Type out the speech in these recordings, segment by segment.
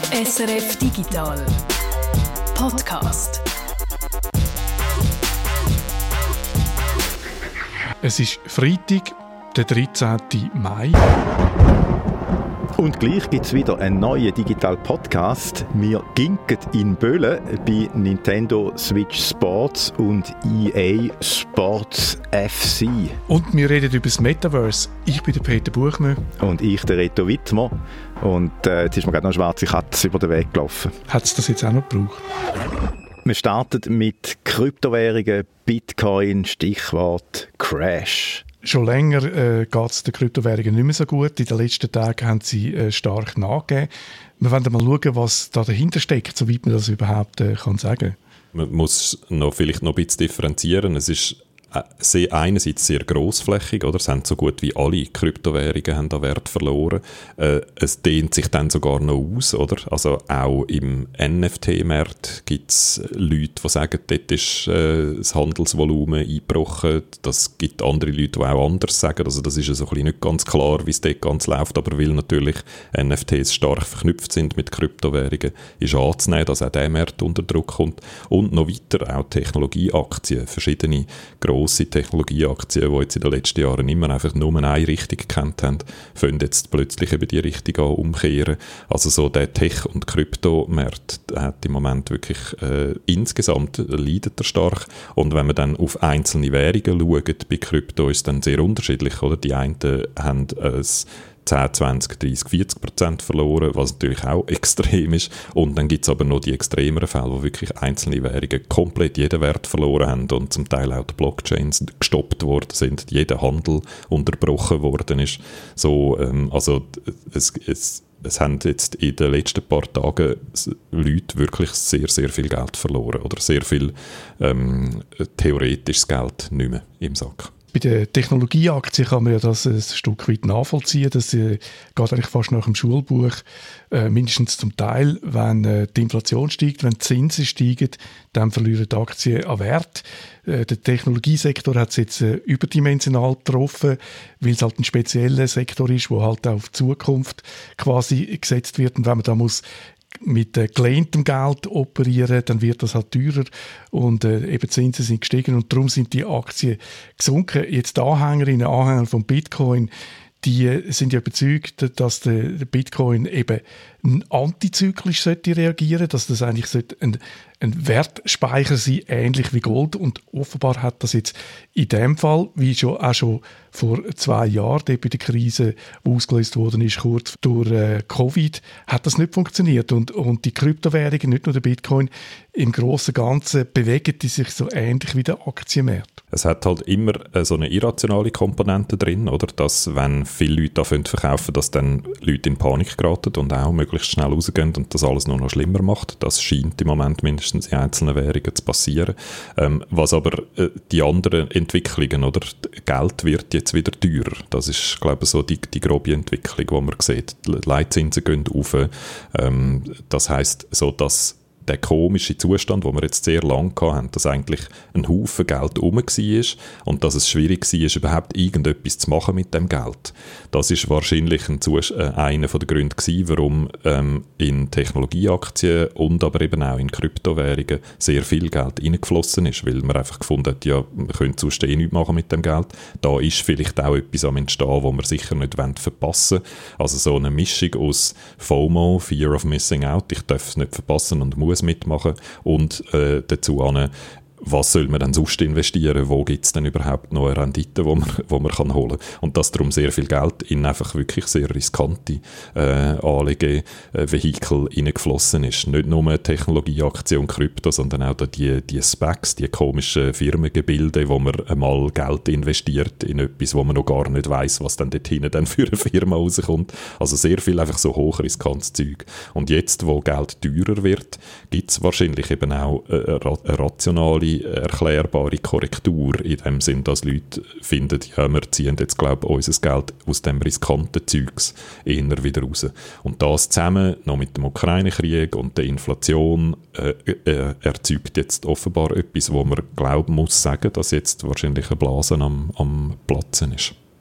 SRF Digital Podcast. Es ist Freitag, der 13. Mai. Und gleich gibt es wieder einen neuen Digital-Podcast. Wir ginken in Böhlen bei Nintendo Switch Sports und EA Sports FC. Und wir reden über das Metaverse. Ich bin der Peter Buchmann. Und ich, der Reto Wittmer. Und jetzt ist mir gerade noch eine schwarze Katze über den Weg gelaufen. Hat es das jetzt auch noch gebraucht? Wir starten mit Kryptowährungen, Bitcoin, Stichwort Crash. Schon länger geht es den Kryptowährungen nicht mehr so gut. In den letzten Tagen haben sie stark nachgegeben. Wir wollen mal schauen, was da dahinter steckt, soweit man das überhaupt kann sagen. Man muss vielleicht noch ein bisschen differenzieren. Es ist einerseits sehr grossflächig, oder? Es haben so gut wie alle Kryptowährungen haben an Wert verloren. Es dehnt sich dann sogar noch aus, oder? Also auch im NFT-Markt gibt es Leute, die sagen, dort ist das Handelsvolumen eingebrochen. Das gibt andere Leute, die auch anders sagen. Also das ist so ein bisschen nicht ganz klar, wie es dort ganz läuft. Aber weil natürlich NFTs stark verknüpft sind mit Kryptowährungen, ist anzunehmen, dass auch der Markt unter Druck kommt. Und noch weiter auch Technologieaktien, verschiedene grosse Technologieaktien, die jetzt in den letzten Jahren immer einfach nur eine Richtung gekannt haben, fangen jetzt plötzlich eben die Richtung an umkehren. Also so der Tech- und Kryptomarkt hat im Moment wirklich insgesamt leidet er stark. Und wenn man dann auf einzelne Währungen schaut, bei Krypto ist es dann sehr unterschiedlich, oder? Die einen haben es 10, 20, 30, 40% verloren, was natürlich auch extrem ist. Und dann gibt es aber noch die extremeren Fälle, wo wirklich einzelne Währungen komplett jeden Wert verloren haben und zum Teil auch die Blockchains gestoppt worden sind, jeder Handel unterbrochen worden ist. So, also es haben jetzt in den letzten paar Tagen Leute wirklich sehr, sehr viel Geld verloren oder sehr viel theoretisches Geld nicht mehr im Sack. Bei den Technologieaktien kann man ja das ein Stück weit nachvollziehen. Das geht eigentlich fast nach dem Schulbuch, mindestens zum Teil. Wenn die Inflation steigt, wenn die Zinsen steigen, dann verlieren die Aktien an Wert. Der Technologiesektor hat es jetzt überdimensional getroffen, weil es halt ein spezieller Sektor ist, der halt auch auf die Zukunft quasi gesetzt wird. Und wenn man da muss mit gelehntem Geld operieren, dann wird das halt teurer und eben Zinsen sind gestiegen und darum sind die Aktien gesunken. Jetzt die Anhängerinnen und Anhänger von Bitcoin, die sind ja überzeugt, dass der Bitcoin eben antizyklisch reagieren sollte, dass das eigentlich ein Wertspeicher sein, ähnlich wie Gold. Und offenbar hat das jetzt in dem Fall, wie auch schon vor 2 Jahren, bei der Krise, die ausgelöst worden ist, kurz durch Covid, hat das nicht funktioniert. Und die Kryptowährungen, nicht nur der Bitcoin, im Großen und Ganzen bewegen die sich so ähnlich wie der Aktienmarkt. Es hat halt immer so eine irrationale Komponente drin, oder? Dass, wenn viele Leute da verkaufen, dass dann Leute in Panik geraten und auch möglichst schnell rausgehen und das alles nur noch schlimmer macht. Das scheint im Moment mindestens in einzelnen Währungen zu passieren. Was aber die anderen Entwicklungen, oder? Geld wird jetzt wieder teurer. Das ist, glaube ich, so die grobe Entwicklung, die man sieht. Die Leitzinsen gehen rauf. Das heisst, so dass der komische Zustand, den wir jetzt sehr lange hatten, dass eigentlich ein Haufen Geld rum war und dass es schwierig war, überhaupt irgendetwas zu machen mit dem Geld. Das ist wahrscheinlich einer der Gründe gewesen, warum in Technologieaktien und aber eben auch in Kryptowährungen sehr viel Geld reingeflossen ist, weil man einfach gefunden hat, ja, wir können sonst nichts machen mit dem Geld. Da ist vielleicht auch etwas am Entstehen, was wir sicher nicht verpassen wollen. Also so eine Mischung aus FOMO, Fear of Missing Out, ich darf es nicht verpassen und muss mitmachen und dazu was soll man dann sonst investieren, wo gibt es denn überhaupt noch eine Rendite, wo man kann holen kann. Und dass darum sehr viel Geld in einfach wirklich sehr riskante Anlagevehikel reingeflossen ist. Nicht nur Technologieaktien und Krypto, sondern auch die SPACs, die komischen Firmengebilde, wo man einmal Geld investiert in etwas, wo man noch gar nicht weiss, was dann dort hinten dann für eine Firma rauskommt. Also sehr viel einfach so hochriskantes Zeug. Und jetzt, wo Geld teurer wird, gibt es wahrscheinlich eben auch eine rationale, erklärbare Korrektur in dem Sinn, dass Leute finden, ja, wir ziehen jetzt, glaube ich, unser Geld aus dem riskanten Zeugs eher wieder raus. Und das zusammen noch mit dem Ukraine-Krieg und der Inflation erzeugt jetzt offenbar etwas, wo man glauben muss sagen, dass jetzt wahrscheinlich eine Blase am Platzen ist.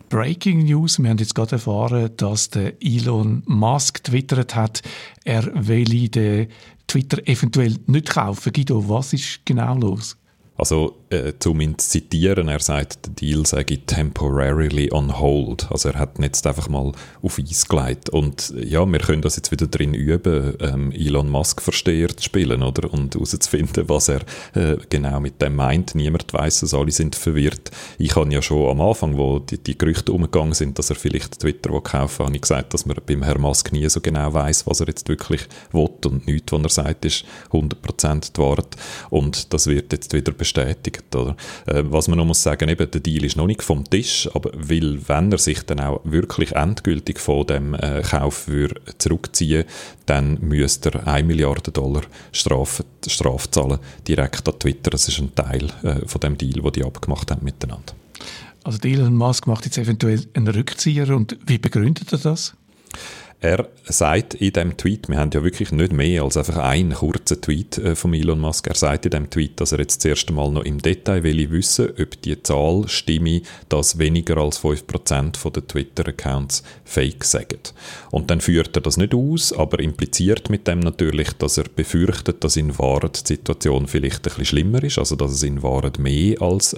Breaking News. Wir haben jetzt gerade erfahren, dass der Elon Musk twittert hat, er will den Twitter eventuell nicht kaufen. Guido, was ist genau los? Also, um ihn zu zitieren, er sagt, der Deal sei temporarily on hold. Also er hat ihn jetzt einfach mal auf Eis gelegt. Und ja, wir können das jetzt wieder drin üben, Elon Musk-Versteher zu spielen, oder? Und herauszufinden, was er genau mit dem meint. Niemand weiss es, alle sind verwirrt. Ich habe ja schon am Anfang, wo die Gerüchte umgegangen sind, dass er vielleicht Twitter kaufen will, habe ich gesagt, dass man beim Herrn Musk nie so genau weiss, was er jetzt wirklich will. Und nichts, was er sagt, ist 100% die Wahrheit. Und das wird jetzt wieder bestätigt, oder? Was man noch muss sagen, eben, der Deal ist noch nicht vom Tisch, aber weil, wenn er sich dann auch wirklich endgültig von dem Kauf zurückziehen, dann müsste er $1 Milliarde Strafe zahlen, direkt an Twitter. Das ist ein Teil von dem Deal, den die abgemacht haben miteinander. Also Elon Musk macht jetzt eventuell einen Rückzieher, und wie begründet er das? Er sagt in diesem Tweet, wir haben ja wirklich nicht mehr als einfach einen kurzen Tweet von Elon Musk, er sagt in diesem Tweet, dass er jetzt das erste Mal noch im Detail wissen will, ob die Zahl stimme, dass weniger als 5% von den Twitter-Accounts fake sagen. Und dann führt er das nicht aus, aber impliziert mit dem natürlich, dass er befürchtet, dass in Wahrheit die Situation vielleicht ein bisschen schlimmer ist, also dass es in Wahrheit mehr als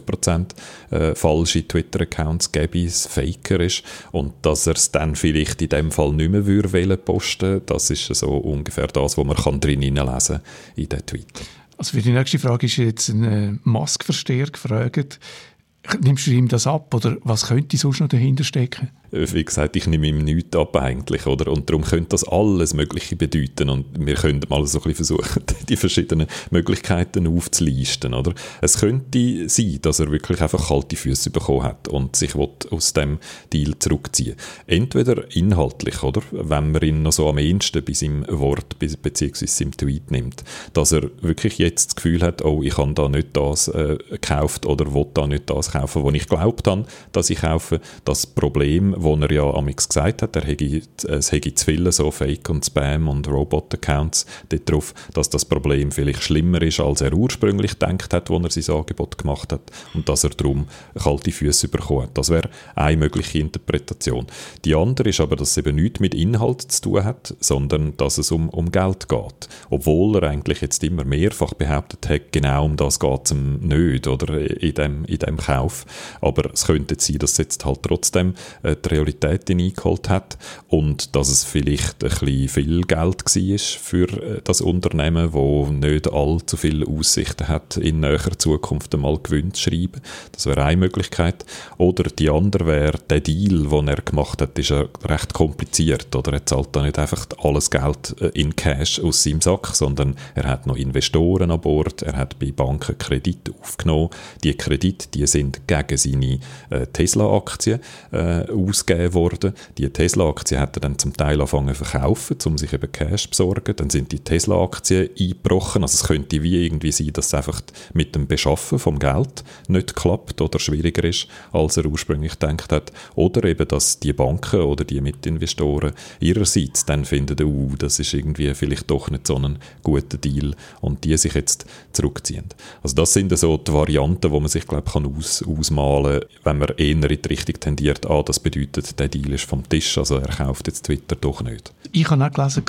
5% falsche Twitter-Accounts gäbe, es faker ist, und dass er es dann vielleicht in dem Fall nicht mehr posten. Das ist so ungefähr das, was man drin hineinlesen kann in diesen Tweet. Also für die nächste Frage ist jetzt ein Musk-Versteher gefragt. Nimmst du ihm das ab, oder was könnte sonst noch dahinter stecken? Wie gesagt, ich nehme ihm nichts ab eigentlich, oder? Und darum könnte das alles Mögliche bedeuten, und wir können mal so ein bisschen versuchen, die verschiedenen Möglichkeiten aufzulisten, oder? Es könnte sein, dass er wirklich einfach kalte Füße bekommen hat und sich aus dem Deal zurückziehen will. Entweder inhaltlich, oder? Wenn man ihn noch so am ehesten bei seinem Wort bzw. seinem Tweet nimmt, dass er wirklich jetzt das Gefühl hat, oh, ich habe da nicht das gekauft oder will da nicht das kaufen, was ich geglaubt habe, dass ich kaufe. Das Problem, wo er ja amigs gesagt hat, es hätte zu viele so Fake- und Spam- und Robot-Accounts darauf, dass das Problem vielleicht schlimmer ist, als er ursprünglich gedacht hat, als er sein Angebot gemacht hat, und dass er darum kalte Füße bekommen hat. Das wäre eine mögliche Interpretation. Die andere ist aber, dass es eben nichts mit Inhalt zu tun hat, sondern dass es um Geld geht. Obwohl er eigentlich jetzt immer mehrfach behauptet hat, genau um das geht es ihm nicht, oder, in dem Kauf. Aber es könnte sein, dass es jetzt halt trotzdem die Realität eingeholt hat und dass es vielleicht ein bisschen viel Geld war für das Unternehmen, das nicht allzu viele Aussichten hat, in näherer Zukunft einmal Gewinn zu schreiben. Das wäre eine Möglichkeit. Oder die andere wäre, der Deal, den er gemacht hat, ist ja recht kompliziert. Oder er zahlt da nicht einfach alles Geld in Cash aus seinem Sack, sondern er hat noch Investoren an Bord, er hat bei Banken Kredite aufgenommen. Die Kredite, die sind gegen seine Tesla-Aktien ausgegeben worden. Die Tesla-Aktien hat er dann zum Teil angefangen zu verkaufen, um sich eben Cash zu besorgen. Dann sind die Tesla-Aktien eingebrochen. Also es könnte wie irgendwie sein, dass es einfach mit dem Beschaffen vom Geld nicht klappt oder schwieriger ist, als er ursprünglich gedacht hat. Oder eben, dass die Banken oder die Mitinvestoren ihrerseits dann finden, das ist irgendwie vielleicht doch nicht so ein guter Deal, und die sich jetzt zurückziehen. Also das sind so die Varianten, die man sich, glaube ich, ausmalen kann, wenn man eher in die Richtung tendiert, das bedeutet, der Deal ist vom Tisch, also er kauft jetzt Twitter doch nicht. Ich habe auch gelesen,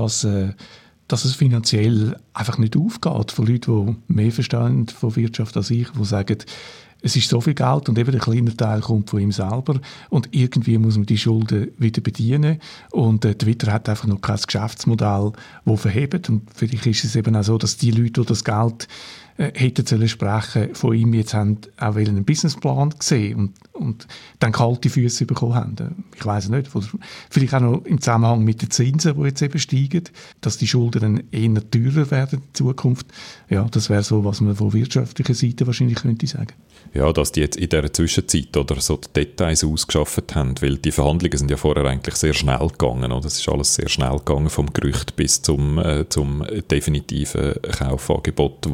dass es finanziell einfach nicht aufgeht von Leuten, die mehr verstehen von Wirtschaft als ich, die sagen, es ist so viel Geld und eben der kleine Teil kommt von ihm selber und irgendwie muss man die Schulden wieder bedienen, und Twitter hat einfach noch kein Geschäftsmodell, das verhebt, und vielleicht ist es eben auch so, dass die Leute, die das Geld hätten sollen sprechen, von ihm jetzt haben auch einen Businessplan gesehen und dann kalte Füße bekommen haben. Ich weiss nicht. Oder vielleicht auch noch im Zusammenhang mit den Zinsen, die jetzt eben steigen, dass die Schulden dann eher teurer werden in Zukunft. Ja, das wäre so, was man von wirtschaftlicher Seite wahrscheinlich könnte sagen. Ja, dass die jetzt in dieser Zwischenzeit oder so die Details ausgeschafft haben, weil die Verhandlungen sind ja vorher eigentlich sehr schnell gegangen. Oder? Es ist alles sehr schnell gegangen, vom Gerücht bis zum definitiven Kaufangebot, wo dann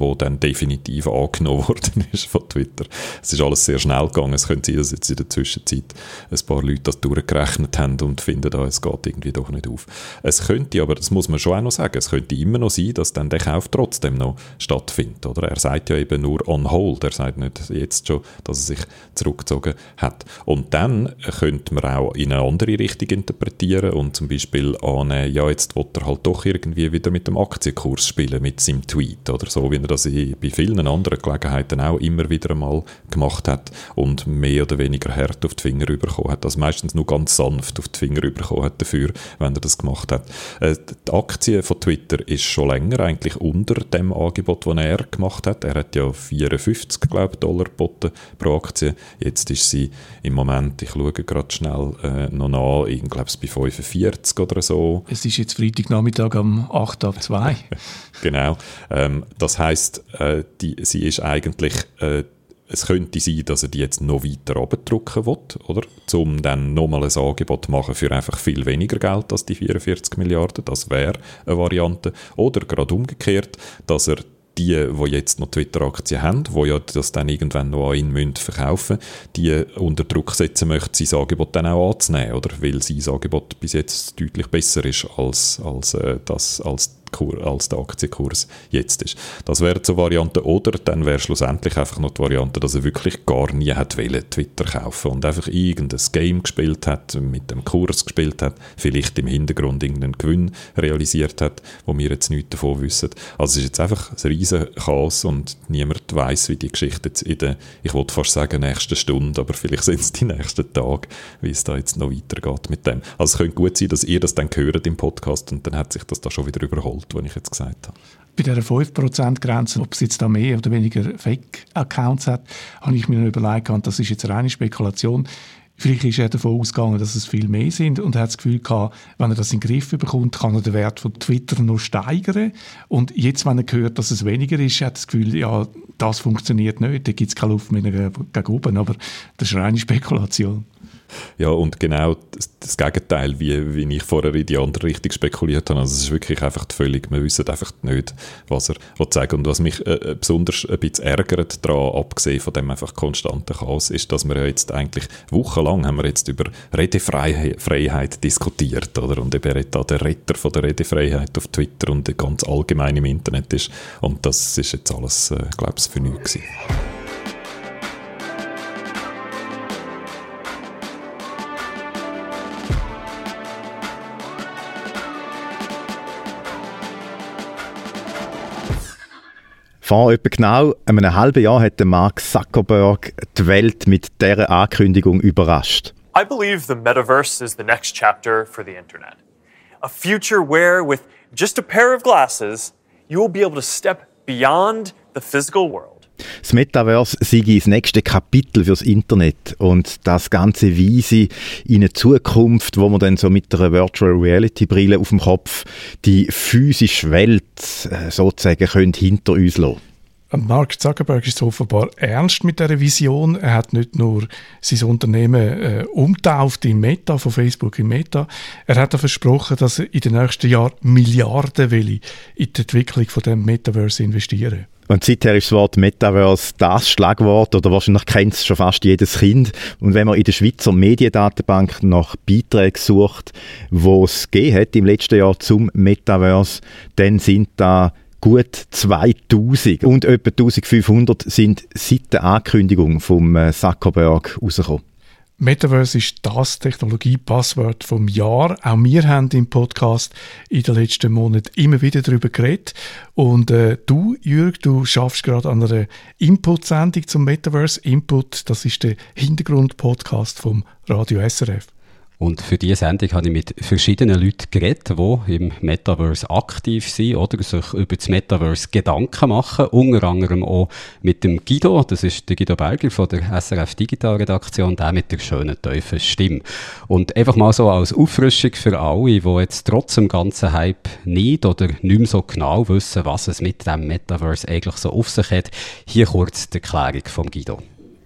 definitiv angenommen worden ist von Twitter. Es ist alles sehr schnell gegangen. Es könnte sein, dass jetzt in der Zwischenzeit ein paar Leute das durchgerechnet haben und finden, es geht irgendwie doch nicht auf. Es könnte, aber das muss man schon auch noch sagen, es könnte immer noch sein, dass dann der Kauf trotzdem noch stattfindet. Oder? Er sagt ja eben nur on hold. Er sagt nicht jetzt schon, dass er sich zurückgezogen hat. Und dann könnte man auch in eine andere Richtung interpretieren und zum Beispiel annehmen, ja, jetzt will er halt doch irgendwie wieder mit dem Aktienkurs spielen, mit seinem Tweet oder so, wie er das bei vielen anderen Gelegenheiten auch immer wieder einmal gemacht hat und mehr oder weniger hart auf die Finger bekommen hat. Also meistens nur ganz sanft auf die Finger bekommen hat dafür, wenn er das gemacht hat. Die Aktie von Twitter ist schon länger eigentlich unter dem Angebot, das er gemacht hat. Er hat ja 54, glaube ich, $54 geboten pro Aktie. Jetzt ist sie im Moment, ich schaue gerade schnell noch nach, ich glaube es bei 45 oder so. Es ist jetzt Freitagnachmittag am 8:02. Genau. Das heisst, sie ist eigentlich, es könnte sein, dass er die jetzt noch weiter runterdrücken will, oder? Um dann nochmal ein Angebot zu machen für einfach viel weniger Geld als die 44 Milliarden. Das wäre eine Variante. Oder gerade umgekehrt, dass er die jetzt noch Twitter-Aktien haben, die ja das dann irgendwann noch an ihn verkaufen müssen, die unter Druck setzen möchten, sein Angebot dann auch anzunehmen, oder? Weil sein Angebot bis jetzt deutlich besser ist als der Aktienkurs jetzt ist. Das wäre so Variante. Oder dann wäre schlussendlich einfach noch die Variante, dass er wirklich gar nie hat wollen Twitter kaufen und einfach irgendein Game gespielt hat, mit dem Kurs gespielt hat, vielleicht im Hintergrund irgendeinen Gewinn realisiert hat, wo wir jetzt nichts davon wissen. Also es ist jetzt einfach ein riesen Chaos und niemand weiss, wie die Geschichte jetzt ich wollte fast sagen, nächsten Stunde, aber vielleicht sind es die nächsten Tage, wie es da jetzt noch weitergeht mit dem. Also es könnte gut sein, dass ihr das dann hört im Podcast und dann hat sich das da schon wieder überholt, was ich jetzt gesagt habe. Bei dieser 5%-Grenze, ob es jetzt da mehr oder weniger Fake-Accounts hat, habe ich mir noch überlegt, das ist jetzt reine Spekulation. Vielleicht ist er davon ausgegangen, dass es viel mehr sind und er hat das Gefühl gehabt, wenn er das in den Griff bekommt, kann er den Wert von Twitter noch steigern. Und jetzt, wenn er hört, dass es weniger ist, hat er das Gefühl, ja, das funktioniert nicht, da gibt es keine Luft mehr gegen oben. Aber das ist reine Spekulation. Ja, und genau das Gegenteil, wie ich vorher in die andere Richtung spekuliert habe. Also es ist wirklich einfach völlig, wir wissen einfach nicht, was er sagen will. Und was mich besonders ein bisschen ärgert daran, abgesehen von dem einfach konstanten Chaos, ist, dass wir ja jetzt eigentlich wochenlang haben wir jetzt über Redefreiheit diskutiert, oder? Und eben da der Retter von der Redefreiheit auf Twitter und ganz allgemein im Internet ist. Und das ist jetzt alles, glaube ich, für nichts gewesen. Vor etwa genau einem halben Jahr hat Mark Zuckerberg die Welt mit dieser Ankündigung überrascht. I believe the metaverse is the next chapter for the internet. A future where, with just a pair of glasses, you will be able to step beyond the physical world. Das Metaverse sei das nächste Kapitel fürs Internet und das Ganze weise in eine Zukunft, wo man dann so mit einer Virtual Reality Brille auf dem Kopf die physische Welt sozusagen hinter uns lassen. Mark Zuckerberg ist offenbar ernst mit dieser Vision. Er hat nicht nur sein Unternehmen umgetauft in Meta, von Facebook in Meta. Er hat auch versprochen, dass er in den nächsten Jahren Milliarden will in die Entwicklung von dem Metaverse investieren. Und seither ist das Wort Metaverse das Schlagwort, oder wahrscheinlich kennt es schon fast jedes Kind. Und wenn man in der Schweizer Mediendatenbank nach Beiträgen sucht, die es gegeben hat im letzten Jahr zum Metaverse, dann sind da gut 2000 und etwa 1500 sind seit der Ankündigung vom Zuckerberg rausgekommen. Metaverse ist das Technologie-Passwort vom Jahr. Auch wir haben im Podcast in den letzten Monaten immer wieder darüber geredet. Und du, Jürg, du schaffst gerade an einer Input-Sendung zum Metaverse. Input, das ist der Hintergrund-Podcast vom Radio SRF. Und für diese Sendung habe ich mit verschiedenen Leuten geredet, die im Metaverse aktiv sind oder sich über das Metaverse Gedanken machen. Unter anderem auch mit dem Guido, das ist der Guido Bergli von der SRF Digital Redaktion, der mit der schönen, tiefen Stimme. Und einfach mal so als Auffrischung für alle, die jetzt trotz dem ganzen Hype nicht oder nicht mehr so genau wissen, was es mit dem Metaverse eigentlich so auf sich hat. Hier kurz die Erklärung vom Guido.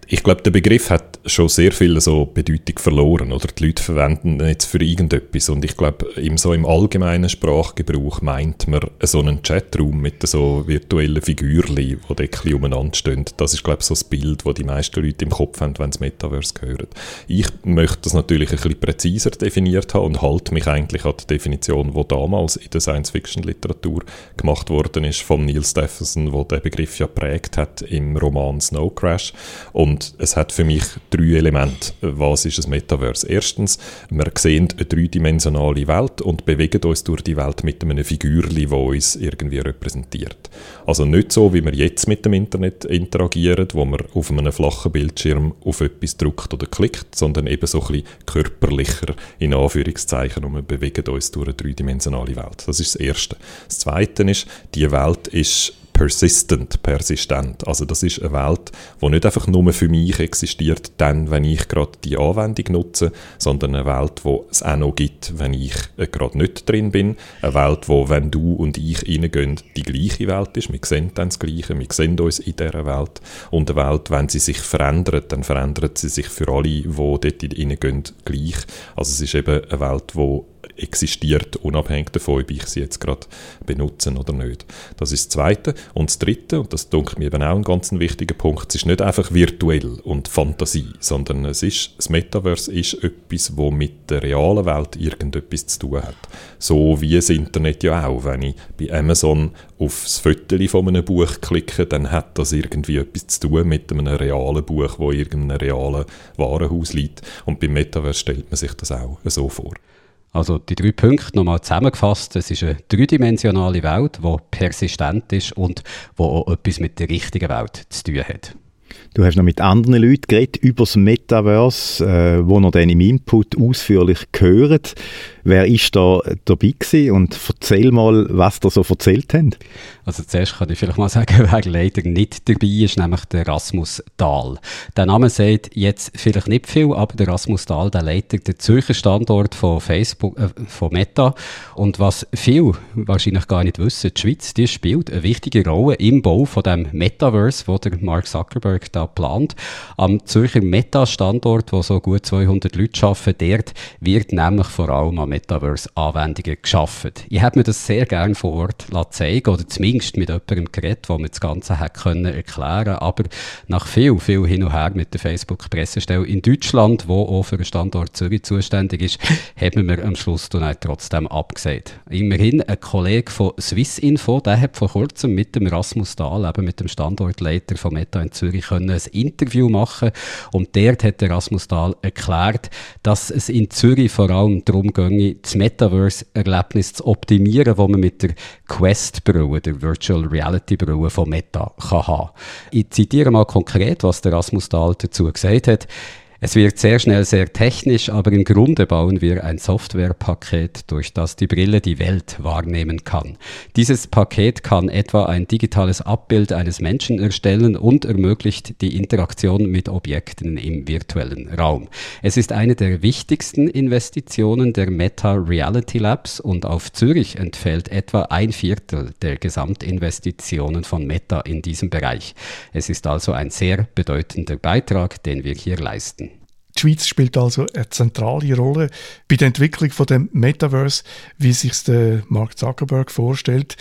Ich glaube, der Begriff hat schon sehr viel so Bedeutung verloren, oder? Die Leute verwenden ihn jetzt für irgendetwas und ich glaube, im allgemeinen Sprachgebrauch meint man so einen Chatraum mit so virtuellen Figürchen, die dort ein bisschen umeinander stehen. Das ist, glaube ich, so das Bild, das die meisten Leute im Kopf haben, wenn sie Metaverse hören. Ich möchte das natürlich ein bisschen präziser definiert haben und halte mich eigentlich an die Definition, die damals in der Science-Fiction-Literatur gemacht worden ist von Neil Stephenson, der den Begriff ja geprägt hat im Roman Snow Crash. Und es hat für mich 3 Elemente. Was ist ein Metaverse? Erstens, wir sehen eine 3-dimensionale Welt und bewegen uns durch die Welt mit einem Figürchen, das uns irgendwie repräsentiert. Also nicht so, wie wir jetzt mit dem Internet interagieren, wo man auf einem flachen Bildschirm auf etwas drückt oder klickt, sondern eben so ein bisschen körperlicher, in Anführungszeichen, und wir bewegen uns durch eine 3-dimensionale Welt. Das ist das Erste. Das Zweite ist, die Welt ist persistent. Also das ist eine Welt, die nicht einfach nur für mich existiert, dann, wenn ich gerade die Anwendung nutze, sondern eine Welt, die es auch noch gibt, wenn ich gerade nicht drin bin. Eine Welt, wo, wenn du und ich reingehen, die gleiche Welt ist. Wir sehen dann das Gleiche, wir sehen uns in dieser Welt. Und eine Welt, wenn sie sich verändert, dann verändert sie sich für alle, die dort reingehen, gleich. Also es ist eben eine Welt, die existiert, unabhängig davon, ob ich sie jetzt gerade benutze oder nicht. Das ist das Zweite. Und das Dritte, und das denke mir eben auch ein ganz wichtiger Punkt, es ist nicht einfach virtuell und Fantasie, sondern das Metaverse ist etwas, das mit der realen Welt irgendetwas zu tun hat. So wie das Internet ja auch. Wenn ich bei Amazon auf das Foto von einem Buch klicke, dann hat das irgendwie etwas zu tun mit einem realen Buch, das in irgendeinem realen Warenhaus liegt. Und beim Metaverse stellt man sich das auch so vor. Also die 3 Punkte nochmal zusammengefasst. Es ist eine 3-dimensionale Welt, die persistent ist und die auch etwas mit der richtigen Welt zu tun hat. Du hast noch mit anderen Leuten geredet über das Metaverse, wo ihr dann im Input ausführlich gehört. Wer ist da dabei gewesen? Und erzähl mal, was ihr so erzählt habt. Also zuerst kann ich vielleicht mal sagen, wer leider nicht dabei ist, nämlich der Rasmus Dahl. Der Name sagt jetzt vielleicht nicht viel, aber der Rasmus Dahl, der leitet den Zürcher Standort von Facebook, von Meta. Und was viele wahrscheinlich gar nicht wissen, die Schweiz, die spielt eine wichtige Rolle im Bau von dem Metaverse, wo der Mark Zuckerberg da plant. Am Zürcher Meta-Standort, wo so gut 200 Leute arbeiten, dort wird nämlich vor allem am Metaverse-Anwendungen geschaffen. Ich hätte mir das sehr gerne vor Ort zeigen oder zumindest mit jemandem geredet, der mir das Ganze erklären konnte. Aber nach viel hin und her mit der Facebook-Pressestelle in Deutschland, wo auch für den Standort Zürich zuständig ist, haben wir am Schluss trotzdem abgesagt. Immerhin ein Kollege von Swissinfo, der hat vor kurzem mit dem Rasmus Dahl, eben mit dem Standortleiter von Meta in Zürich, ein Interview machen. Und dort hat der Rasmus Dahl erklärt, dass es in Zürich vor allem darum ginge, das Metaverse-Erlebnis zu optimieren, das man mit der Quest-Brille, der Virtual Reality-Brille von Meta kann haben. Ich zitiere mal konkret, was der Rasmus Dahl dazu gesagt hat. Es wird sehr schnell sehr technisch, aber im Grunde bauen wir ein Softwarepaket, durch das die Brille die Welt wahrnehmen kann. Dieses Paket kann etwa ein digitales Abbild eines Menschen erstellen und ermöglicht die Interaktion mit Objekten im virtuellen Raum. Es ist eine der wichtigsten Investitionen der Meta Reality Labs und auf Zürich entfällt etwa 1/4 der Gesamtinvestitionen von Meta in diesem Bereich. Es ist also ein sehr bedeutender Beitrag, den wir hier leisten. Die Schweiz spielt also eine zentrale Rolle bei der Entwicklung von dem Metaverse, wie sich der Mark Zuckerberg vorstellt.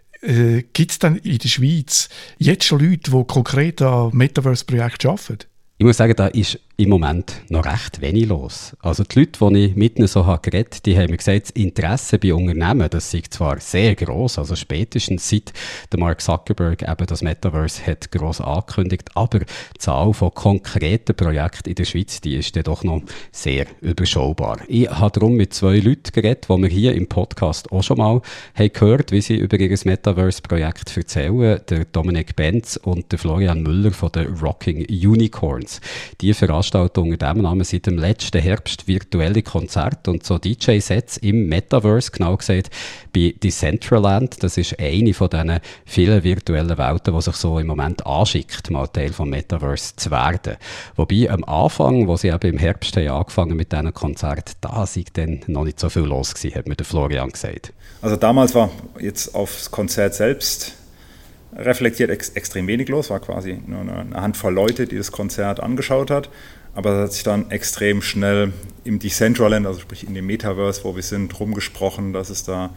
Gibt es denn in der Schweiz jetzt schon Leute, die konkret an Metaverse-Projekten arbeiten? Ich muss sagen, da ist im Moment noch recht wenig los. Also die Leute, die ich mit ihnen so geredet habe, die haben mir gesagt, das Interesse bei Unternehmen, das ist zwar sehr gross, also spätestens seit der Mark Zuckerberg eben das Metaverse hat gross angekündigt, aber die Zahl von konkreten Projekten in der Schweiz, die ist dann doch noch sehr überschaubar. Ich habe darum mit 2 Leuten geredet, die wir hier im Podcast auch schon mal haben gehört, wie sie über ihr Metaverse-Projekt erzählen, der Dominik Benz und der Florian Müller von den Rocking Unicorns. Die veranstalten unter diesem Namen seit dem letzten Herbst virtuelle Konzerte und so DJ-Sets im Metaverse, genau gesagt bei Decentraland. Das ist eine von diesen vielen virtuellen Welten, die sich so im Moment anschickt, mal Teil vom Metaverse zu werden. Wobei am Anfang, wo sie eben im Herbst haben angefangen mit diesen Konzerten, da sei dann noch nicht so viel los gewesen, hat mir der Florian gesagt. Also damals war jetzt aufs Konzert selbst reflektiert extrem wenig los, war quasi nur eine Handvoll Leute, die das Konzert angeschaut hat. Aber es hat sich dann extrem schnell im Decentraland, also sprich in dem Metaverse, wo wir sind, rumgesprochen, dass es da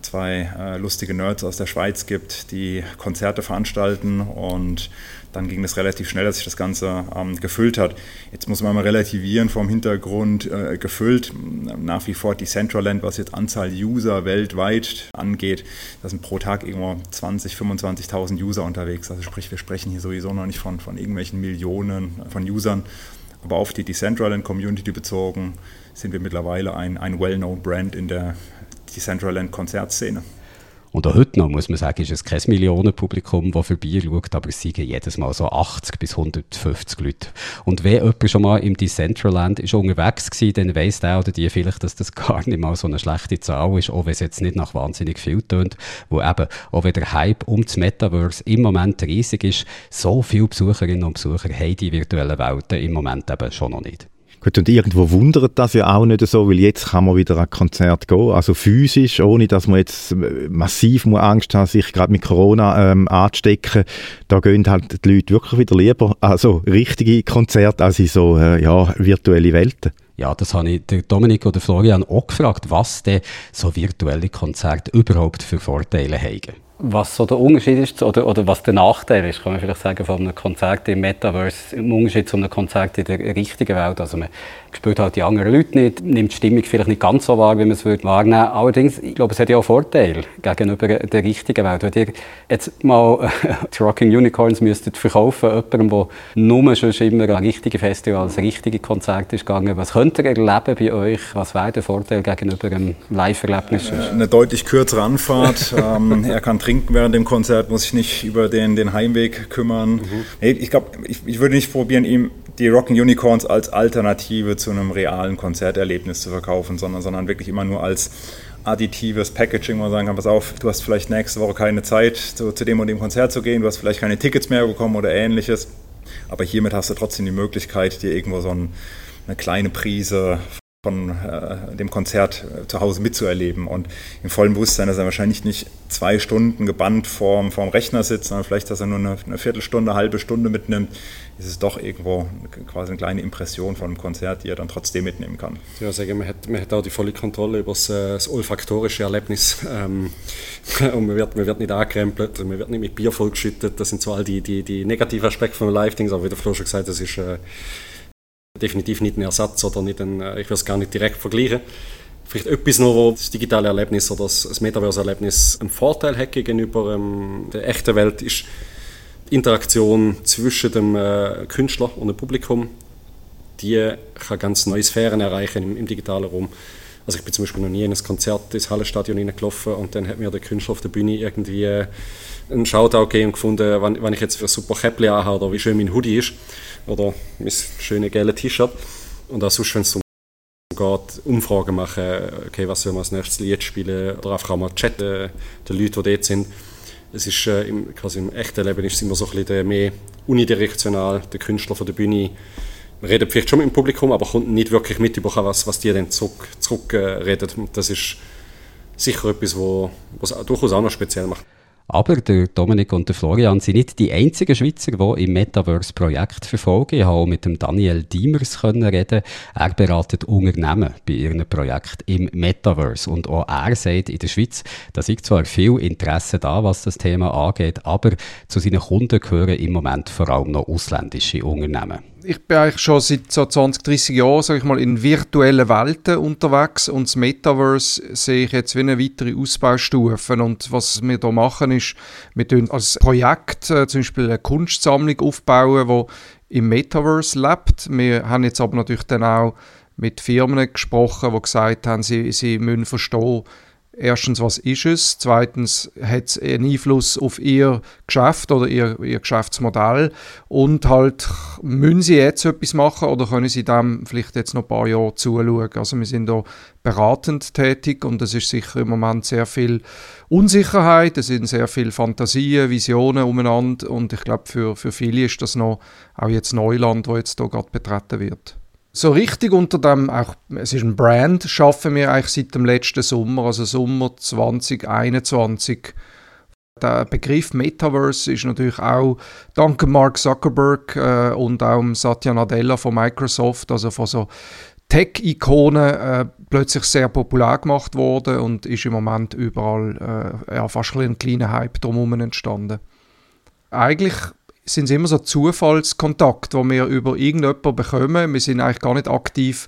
2 lustige Nerds aus der Schweiz gibt, die Konzerte veranstalten, und dann ging es relativ schnell, dass sich das Ganze gefüllt hat. Jetzt muss man mal relativieren vom Hintergrund gefüllt. Nach wie vor Decentraland, was jetzt Anzahl User weltweit angeht, da sind pro Tag irgendwo 20.000, 25.000 User unterwegs. Also sprich, wir sprechen hier sowieso noch nicht von irgendwelchen Millionen von Usern. Aber auf die Decentraland-Community bezogen sind wir mittlerweile ein well-known Brand in der Decentraland-Konzertszene. Und auch heute noch, muss man sagen, ist es kein Millionenpublikum, das vorbeischaut, aber es sind jedes Mal so 80 bis 150 Leute. Und wenn jemand schon mal im Decentraland ist unterwegs war, dann weiss der oder die vielleicht, dass das gar nicht mal so eine schlechte Zahl ist, auch wenn es jetzt nicht nach wahnsinnig viel tönt, wo eben, auch wenn der Hype um das Metaverse im Moment riesig ist, so viele Besucherinnen und Besucher haben die virtuellen Welten im Moment eben schon noch nicht. Gut, und irgendwo wundert das ja auch nicht so, weil jetzt kann man wieder an Konzert gehen, also physisch, ohne dass man jetzt massiv Angst hat, sich gerade mit Corona anzustecken. Da gehen halt die Leute wirklich wieder lieber also richtige Konzerte als in so virtuelle Welten. Ja, das habe ich der Dominik oder Florian auch gefragt, was denn so virtuelle Konzerte überhaupt für Vorteile haben. Was so der Unterschied ist oder was der Nachteil ist, kann man vielleicht sagen, von einem Konzert im Metaverse im Unterschied zu einem Konzert in der richtigen Welt. Also man spürt halt die anderen Leute nicht, nimmt die Stimmung vielleicht nicht ganz so wahr, wie man es wahrnehmen würde. Allerdings, ich glaube, es hat ja auch Vorteile gegenüber der richtigen Welt. Wenn ihr jetzt mal die Rocking Unicorns müsstet verkaufen, jemandem, der nur schon immer an richtige Festivals, richtige Konzerte ist gegangen, was könnt ihr erleben bei euch? Was wäre der Vorteil gegenüber einem Live-Erlebnis? Eine deutlich kürzere Anfahrt. Er kann trinken während dem Konzert, muss sich nicht über den Heimweg kümmern. Nee, ich glaube, ich würde nicht probieren, ihm die Rockin' Unicorns als Alternative zu einem realen Konzerterlebnis zu verkaufen, sondern wirklich immer nur als additives Packaging, wo man sagen kann, pass auf, du hast vielleicht nächste Woche keine Zeit, zu dem und dem Konzert zu gehen, du hast vielleicht keine Tickets mehr bekommen oder ähnliches, aber hiermit hast du trotzdem die Möglichkeit, dir irgendwo so eine kleine Prise von dem Konzert zu Hause mitzuerleben und im vollen Bewusstsein, dass er wahrscheinlich nicht 2 Stunden gebannt vorm Rechner sitzt, sondern vielleicht, dass er nur eine Viertelstunde, halbe Stunde mitnimmt, ist es doch irgendwo quasi eine kleine Impression von einem Konzert, die er dann trotzdem mitnehmen kann. Ja, sagen, man hat auch die volle Kontrolle über das olfaktorische Erlebnis und man wird nicht angekrempelt, man wird nicht mit Bier vollgeschüttet, das sind so all die negativen Aspekte von Live-Dings, aber wie der Flo schon gesagt hat, das ist definitiv nicht ein Ersatz oder nicht ich würde es gar nicht direkt vergleichen. Vielleicht etwas noch, wo das digitale Erlebnis oder das Metaverse-Erlebnis einen Vorteil hat gegenüber der echten Welt, ist die Interaktion zwischen dem Künstler und dem Publikum. Die kann ganz neue Sphären erreichen im digitalen Raum. Also ich bin zum Beispiel noch nie in ein Konzert ins Hallenstadion hineingelaufen und dann hat mir der Künstler auf der Bühne irgendwie einen Shoutout gegeben und gefunden, wann ich jetzt für ein super Käppli anhabe oder wie schön mein Hoodie ist oder mein schönes gelbes T-Shirt. Und auch sonst, wenn es geht, Umfragen machen, okay, was sollen wir als nächstes Lied spielen oder einfach auch mal chatten, den Leuten, die dort sind. Es ist quasi im echten Leben ist es immer so ein bisschen mehr unidirektional, der Künstler von der Bühne redet vielleicht schon mit dem Publikum, aber kommt nicht wirklich mit über was die dann zurückreden. Das ist sicher etwas, was durchaus auch noch speziell macht. Aber der Dominik und der Florian sind nicht die einzigen Schweizer, die im Metaverse-Projekt verfolgen. Ich konnte auch mit dem Daniel Diemers reden. Er beratet Unternehmen bei ihrem Projekt im Metaverse. Und auch er sagt, in der Schweiz, da ist zwar viel Interesse da, was das Thema angeht, aber zu seinen Kunden gehören im Moment vor allem noch ausländische Unternehmen. Ich bin eigentlich schon seit so 20, 30 Jahren, sage ich mal, in virtuellen Welten unterwegs und das Metaverse sehe ich jetzt wie eine weitere Ausbaustufe. Und was wir hier machen ist, wir tun als Projekt zum Beispiel eine Kunstsammlung aufbauen, die im Metaverse lebt. Wir haben jetzt aber natürlich dann auch mit Firmen gesprochen, die gesagt haben, sie müssen verstehen, erstens, was ist es? Zweitens, hat es einen Einfluss auf ihr Geschäft oder ihr Geschäftsmodell? Und halt, müssen sie jetzt etwas machen oder können sie dem vielleicht jetzt noch ein paar Jahre zuschauen? Also wir sind da beratend tätig und es ist sicher im Moment sehr viel Unsicherheit, es sind sehr viele Fantasien, Visionen umeinander und ich glaube, für viele ist das noch auch jetzt Neuland, das jetzt hier gerade betreten wird. So richtig unter dem, auch, es ist ein Brand, schaffen wir eigentlich seit dem letzten Sommer, also Sommer 2021. Der Begriff Metaverse ist natürlich auch dank Mark Zuckerberg und auch Satya Nadella von Microsoft, also von so Tech-Ikonen, plötzlich sehr populär gemacht worden und ist im Moment überall fast ein kleiner Hype drumherum entstanden. Eigentlich sind es immer so Zufallskontakte, die wir über irgendjemanden bekommen. Wir sind eigentlich gar nicht aktiv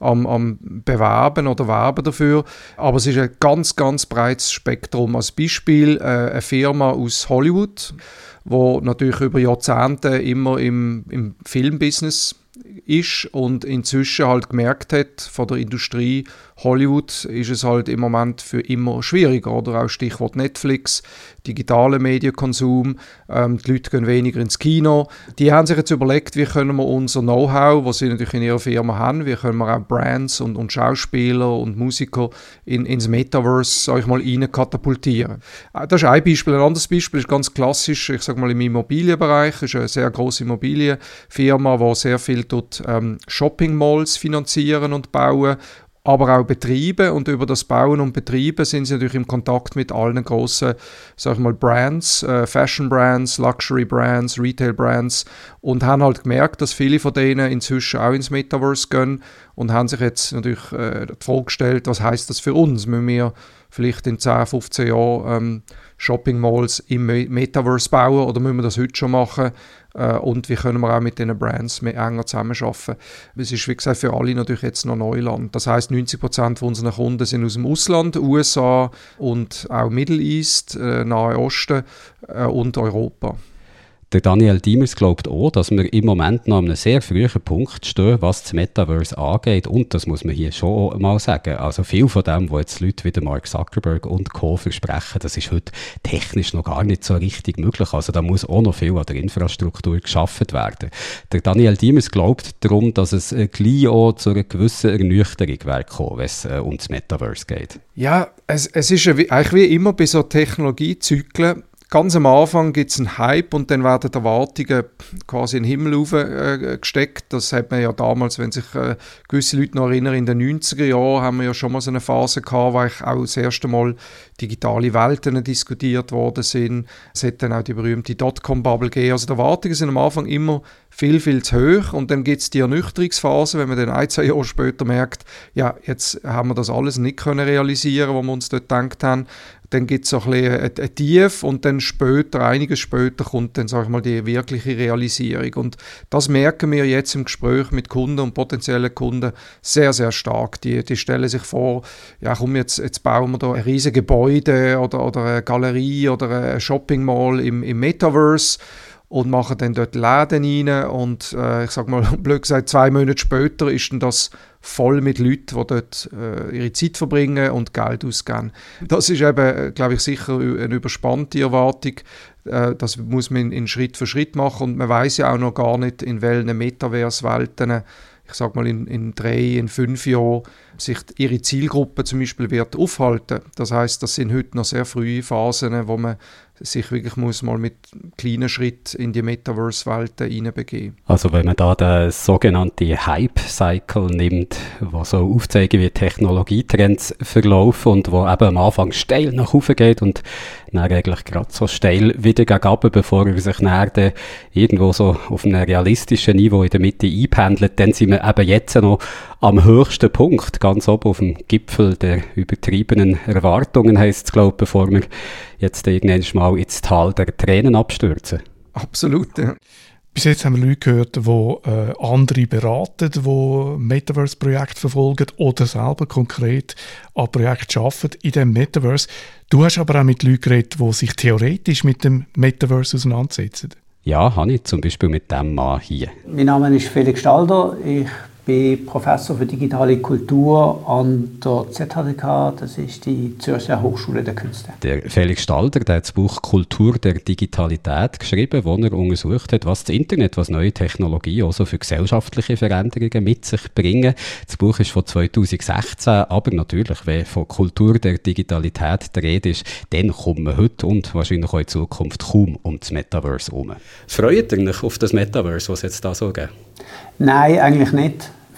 am Bewerben oder Werben dafür, aber es ist ein ganz, ganz breites Spektrum. Als Beispiel eine Firma aus Hollywood, die natürlich über Jahrzehnte immer im Filmbusiness ist und inzwischen halt gemerkt hat, von der Industrie Hollywood ist es halt im Moment für immer schwieriger, oder auch Stichwort Netflix, digitaler Medienkonsum, die Leute gehen weniger ins Kino. Die haben sich jetzt überlegt, wie können wir unser Know-how, was sie natürlich in ihrer Firma haben, wie können wir auch Brands und Schauspieler und Musiker ins Metaverse, sag ich mal, rein katapultieren. Das ist ein Beispiel. Ein anderes Beispiel ist ganz klassisch, ich sage mal im Immobilienbereich, das ist eine sehr grosse Immobilienfirma, die sehr viel dort Shopping-Malls finanzieren und bauen, aber auch Betriebe, und über das Bauen und Betriebe sind sie natürlich im Kontakt mit allen grossen, sag ich mal, Brands, Fashion Brands, Luxury Brands, Retail Brands, und haben halt gemerkt, dass viele von denen inzwischen auch ins Metaverse gehen und haben sich jetzt natürlich die Frage gestellt, was heisst das für uns? Müssen wir vielleicht in 10, 15 Jahren Shopping Malls im Metaverse bauen oder müssen wir das heute schon machen? Und wie können wir auch mit diesen Brands mehr enger zusammenarbeiten? Es ist, wie gesagt, für alle natürlich jetzt noch Neuland. Das heisst, 90% unserer Kunden sind aus dem Ausland, USA und auch Middle East, Nahe Osten und Europa. Der Daniel Diemers glaubt auch, dass wir im Moment noch an einem sehr frühen Punkt stehen, was das Metaverse angeht. Und das muss man hier schon mal sagen. Also viel von dem, was jetzt Leute wie Mark Zuckerberg und Co. versprechen, das ist heute technisch noch gar nicht so richtig möglich. Also da muss auch noch viel an der Infrastruktur geschaffen werden. Der Daniel Diemers glaubt darum, dass es gleich auch zu einer gewissen Ernüchterung wäre gekommen, wenn es um das Metaverse geht. Ja, es ist eigentlich wie immer bei so Technologiezyklen. Ganz am Anfang gibt es einen Hype und dann werden die Erwartungen quasi in den Himmel gesteckt. Das hat man ja damals, wenn sich gewisse Leute noch erinnern, in den 90er Jahren haben wir ja schon mal so eine Phase gehabt, wo ich auch das erste Mal digitale Welten diskutiert worden sind. Es hat dann auch die berühmte Dotcom-Bubble gegeben. Also die Erwartungen sind am Anfang immer viel, viel zu hoch, und dann gibt es die Ernüchterungsphase, wenn man dann 1-2 Jahre später merkt, ja, jetzt haben wir das alles nicht können realisieren, was wir uns dort gedacht haben. Dann gibt es so ein bisschen ein Tief, und dann später, einiges später, kommt dann, sag ich mal, die wirkliche Realisierung. Und das merken wir jetzt im Gespräch mit Kunden und potenziellen Kunden sehr, sehr stark. Die stellen sich vor, ja komm, jetzt bauen wir da ein riesiges Gebäude oder eine Galerie oder ein Shopping Mall im Metaverse und machen dann dort Läden rein, und ich sag mal, blöd gesagt, 2 Monate später ist dann das voll mit Leuten, die dort ihre Zeit verbringen und Geld ausgeben. Das ist eben, glaube ich, sicher eine überspannte Erwartung. Das muss man in Schritt für Schritt machen, und man weiß ja auch noch gar nicht, in welchen Metaverse-Welten, ich sage mal in 3, in 5 Jahren, sich ihre Zielgruppe zum Beispiel wird aufhalten. Das heißt, das sind heute noch sehr frühe Phasen, wo man sich wirklich muss mal mit kleinen Schritten in die Metaverse-Welt hineinbegeben. Also wenn man da den sogenannten Hype-Cycle nimmt, der so aufzeigen, wie Technologietrends verlaufen und wo eben am Anfang steil nach oben geht und dann eigentlich gerade so steil wieder gegen runter, bevor er sich dann irgendwo so auf einem realistischen Niveau in der Mitte einpendelt, dann sind wir eben jetzt noch am höchsten Punkt, ganz oben auf dem Gipfel der übertriebenen Erwartungen, heisst es, glaube ich, bevor wir jetzt irgendwann mal ins Tal der Tränen abstürzen. Absolut, ja. Bis jetzt haben wir Leute gehört, die andere beraten, die Metaverse-Projekte verfolgen oder selber konkret an Projekten arbeiten in diesem Metaverse. Du hast aber auch mit Leuten geredet, die sich theoretisch mit dem Metaverse auseinandersetzen. Ja, habe ich zum Beispiel mit dem Mann hier. Mein Name ist Felix Stalder. Ich bin Professor für digitale Kultur an der ZHDK, das ist die Zürcher Hochschule der Künste. Der Felix Stalder, der hat das Buch «Kultur der Digitalität» geschrieben, wo er untersucht hat, was das Internet, was neue Technologien auch so für gesellschaftliche Veränderungen mit sich bringen. Das Buch ist von 2016, aber natürlich, wenn von Kultur der Digitalität die Rede ist, dann kommt man heute und wahrscheinlich auch in Zukunft kaum um das Metaverse herum. Freut ihr euch auf das Metaverse, was es jetzt da so gibt? Nein, eigentlich nicht.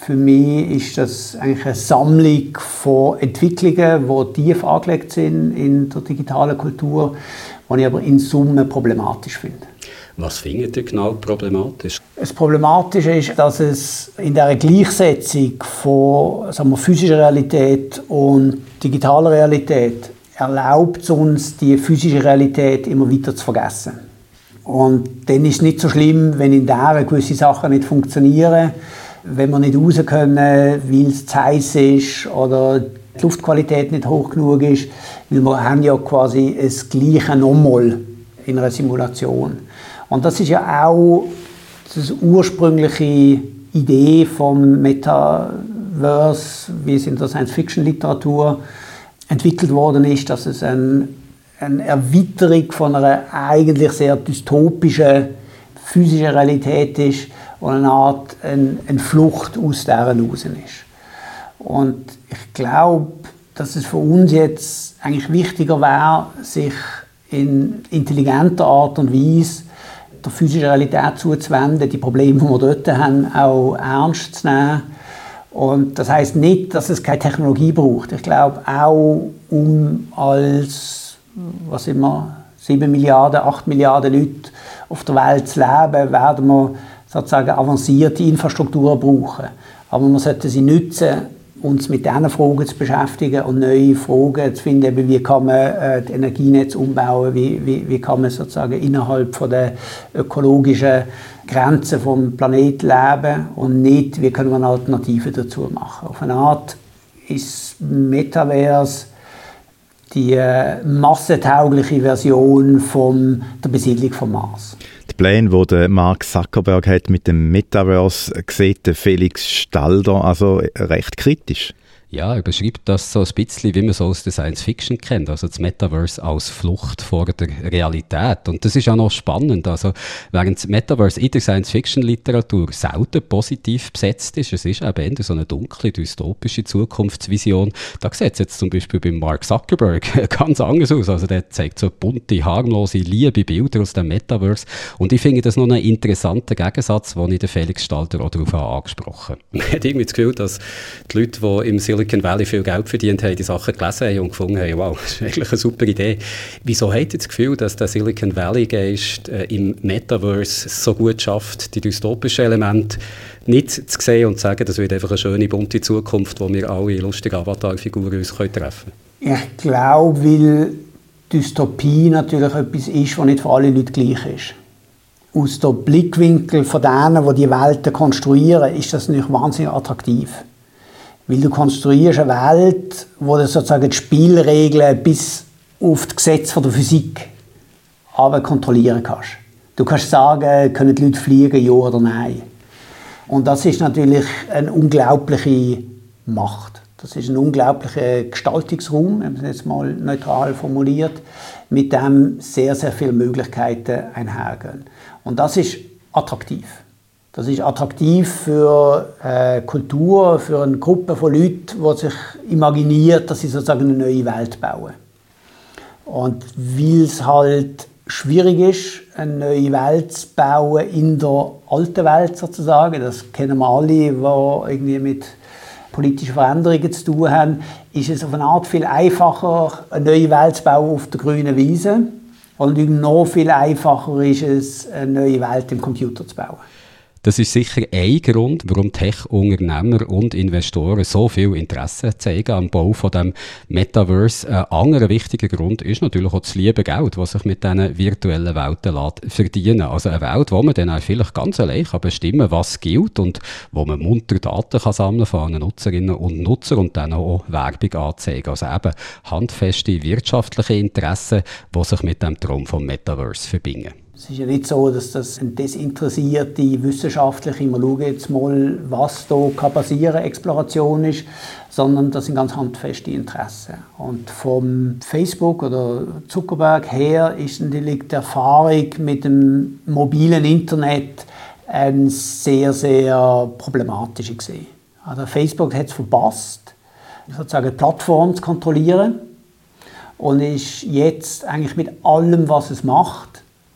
Für mich ist das eigentlich eine Sammlung von Entwicklungen, die tief angelegt sind in der digitalen Kultur, die ich aber in Summe problematisch finde. Was findet ihr genau problematisch? Das Problematische ist, dass es in der Gleichsetzung von physischer Realität und digitaler Realität erlaubt uns, die physische Realität immer weiter zu vergessen. Und dann ist es nicht so schlimm, wenn in der gewisse Sachen nicht funktionieren, wenn wir nicht raus können, weil es zu heiß ist oder die Luftqualität nicht hoch genug ist, weil wir haben ja quasi das Gleiche nochmal in einer Simulation. Und das ist ja auch die ursprüngliche Idee vom Metaverse, wie es in der Science-Fiction-Literatur entwickelt worden ist, dass es eine Erweiterung von einer eigentlich sehr dystopischen physischen Realität ist und eine Art eine Flucht aus dieser raus ist. Und ich glaube, dass es für uns jetzt eigentlich wichtiger wäre, sich in intelligenter Art und Weise der physischen Realität zuzuwenden, die Probleme, die wir dort haben, auch ernst zu nehmen. Und das heisst nicht, dass es keine Technologie braucht. Ich glaube auch, um als 7 Milliarden, 8 Milliarden Leute auf der Welt zu leben, werden wir sozusagen avancierte Infrastrukturen brauchen. Aber wir sollten sie nutzen, uns mit diesen Fragen zu beschäftigen und neue Fragen zu finden, eben wie kann man das Energienetz umbauen, wie kann man sozusagen innerhalb von der ökologischen Grenzen vom Planeten leben und nicht, wie können wir eine Alternative dazu machen. Auf eine Art ist Metaverse die massentaugliche Version der Besiedlung vom Mars. Die Pläne, die Mark Zuckerberg hat mit dem Metaverse, sieht Felix Stalder also recht kritisch. Ja, er beschreibt das so ein bisschen, wie man so aus der Science-Fiction kennt, also das Metaverse als Flucht vor der Realität. Und das ist auch noch spannend. Also, während das Metaverse in der Science-Fiction-Literatur selten positiv besetzt ist, es ist eben eher so eine dunkle, dystopische Zukunftsvision, da sieht es jetzt zum Beispiel bei Mark Zuckerberg ganz anders aus. Also, der zeigt so bunte, harmlose, liebe Bilder aus dem Metaverse. Und ich finde das noch einen interessanten Gegensatz, den ich den Felix Stalder auch darauf angesprochen habe. Man hat irgendwie das Gefühl, dass die Leute, die im Silicon Valley viel Geld verdient haben, die Sachen gelesen haben und gefunden haben, wow, das ist eigentlich eine super Idee. Wieso habt ihr das Gefühl, dass der Silicon Valley-Geist im Metaverse so gut schafft, die dystopischen Elemente nicht zu sehen und zu sagen, das wird einfach eine schöne, bunte Zukunft, wo wir alle lustige Avatar-Figuren uns treffen können? Ich glaube, weil Dystopie natürlich etwas ist, was nicht für alle Leute gleich ist. Aus dem Blickwinkel von denen, die die Welten konstruieren, ist das natürlich wahnsinnig attraktiv. Weil du konstruierst eine Welt, wo du sozusagen die Spielregeln bis auf das Gesetz von der Physik kontrollieren kannst. Du kannst sagen, können die Leute fliegen, ja oder nein. Und das ist natürlich eine unglaubliche Macht. Das ist ein unglaublicher Gestaltungsraum, wenn man es jetzt mal neutral formuliert, mit dem sehr, sehr viele Möglichkeiten einhergehen. Und das ist attraktiv. Das ist attraktiv für Kultur, für eine Gruppe von Leuten, die sich imaginiert, dass sie sozusagen eine neue Welt bauen. Und weil es halt schwierig ist, eine neue Welt zu bauen in der alten Welt sozusagen, das kennen wir alle, die irgendwie mit politischen Veränderungen zu tun haben, ist es auf eine Art viel einfacher, eine neue Welt zu bauen auf der grünen Wiese. Und noch viel einfacher ist es, eine neue Welt im Computer zu bauen. Das ist sicher ein Grund, warum Tech-Unternehmer und Investoren so viel Interesse zeigen am Bau von dem Metaverse. Ein anderer wichtiger Grund ist natürlich auch das liebe Geld, das sich mit diesen virtuellen Welten verdienen. Also eine Welt, wo man dann auch vielleicht ganz allein bestimmen kann, was gilt und wo man munter Daten kann sammeln von Nutzerinnen und Nutzern und dann auch Werbung anzeigen. Also eben handfeste wirtschaftliche Interessen, die sich mit dem Traum vom Metaverse verbinden. Es ist ja nicht so, dass das eine desinteressierte wissenschaftliche, wir schauen jetzt mal, was da passieren kann, Exploration ist, sondern das sind ganz handfeste Interessen. Und vom Facebook oder Zuckerberg her ist natürlich die Erfahrung mit dem mobilen Internet eine sehr, sehr problematische gewesen. Also Facebook hat es verpasst, sozusagen die Plattform zu kontrollieren und ist jetzt eigentlich mit allem, was es macht,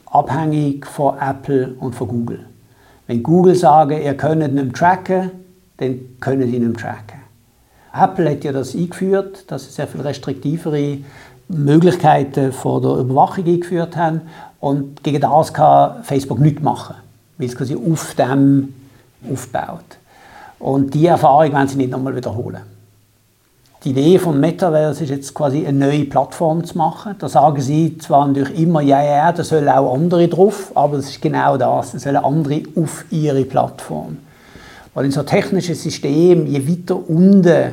abhängig von Apple und von Google. Wenn Google sagen, ihr könnt nicht tracken, dann können sie nicht mehr tracken. Apple hat ja das eingeführt, dass sie sehr viel restriktivere Möglichkeiten von der Überwachung eingeführt haben. Und gegen das kann Facebook nichts machen, weil es quasi auf dem aufbaut. Und diese Erfahrung wollen sie nicht nochmal wiederholen. Die Idee von Metaverse ist jetzt quasi eine neue Plattform zu machen. Da sagen sie zwar natürlich immer, ja, da sollen auch andere drauf, aber es ist genau das, da sollen andere auf ihre Plattform. Weil in so einem technischen System, je weiter unten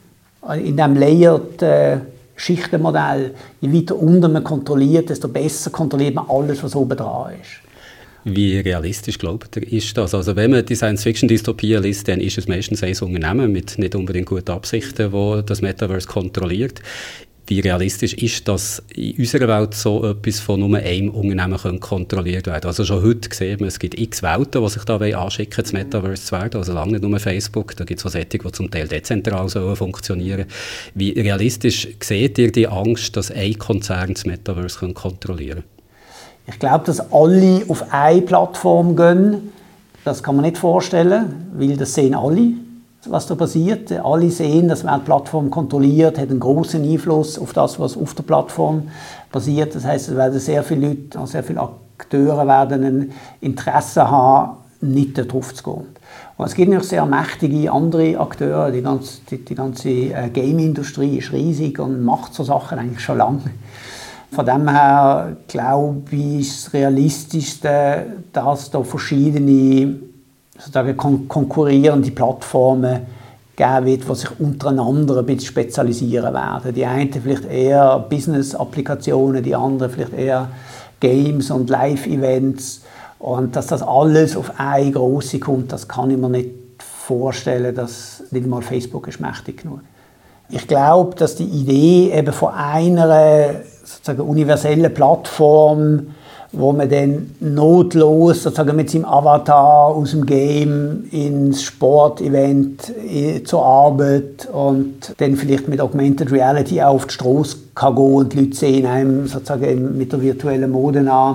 in diesem Layered Schichtenmodell, je weiter unten man kontrolliert, desto besser kontrolliert man alles, was oben dran ist. Wie realistisch glaubt ihr, ist das? Also wenn man die Science-Fiction-Dystopien liest, dann ist es meistens ein Unternehmen mit nicht unbedingt guten Absichten, das das Metaverse kontrolliert. Wie realistisch ist das in unserer Welt so etwas von nur einem Unternehmen kontrolliert werden? Also schon heute sehen wir, es gibt x Welten, die sich da anschicken, das Metaverse zu werden. Also lange nicht nur Facebook, da gibt es auch solche, die zum Teil dezentral funktionieren. Wie realistisch seht ihr die Angst, dass ein Konzern das Metaverse kontrollieren kann? Ich glaube, dass alle auf eine Plattform gehen, das kann man nicht vorstellen, weil das sehen alle, was da passiert. Alle sehen, dass wer die Plattform kontrolliert, hat einen großen Einfluss auf das, was auf der Plattform passiert. Das heißt, es werden sehr viele Leute, sehr viele Akteure werden ein Interesse haben, nicht darauf zu gehen. Und es gibt noch sehr mächtige andere Akteure. Die ganze Game-Industrie ist riesig und macht so Sachen eigentlich schon lange. Von dem her glaube ich, ist das Realistischste, dass da verschiedene sozusagen konkurrierende Plattformen geben wird, die sich untereinander ein bisschen spezialisieren werden. Die einen vielleicht eher Business-Applikationen, die anderen vielleicht eher Games und Live-Events. Und dass das alles auf eine grosse kommt, das kann ich mir nicht vorstellen, dass nicht mal Facebook ist mächtig genug. Ich glaube, dass die Idee eben von einer sozusagen universellen Plattform, wo man dann notlos sozusagen mit seinem Avatar aus dem Game ins Sportevent zur Arbeit und dann vielleicht mit Augmented Reality auf die Straße kann gehen und die Leute sehen einem sozusagen mit der virtuellen Mode an.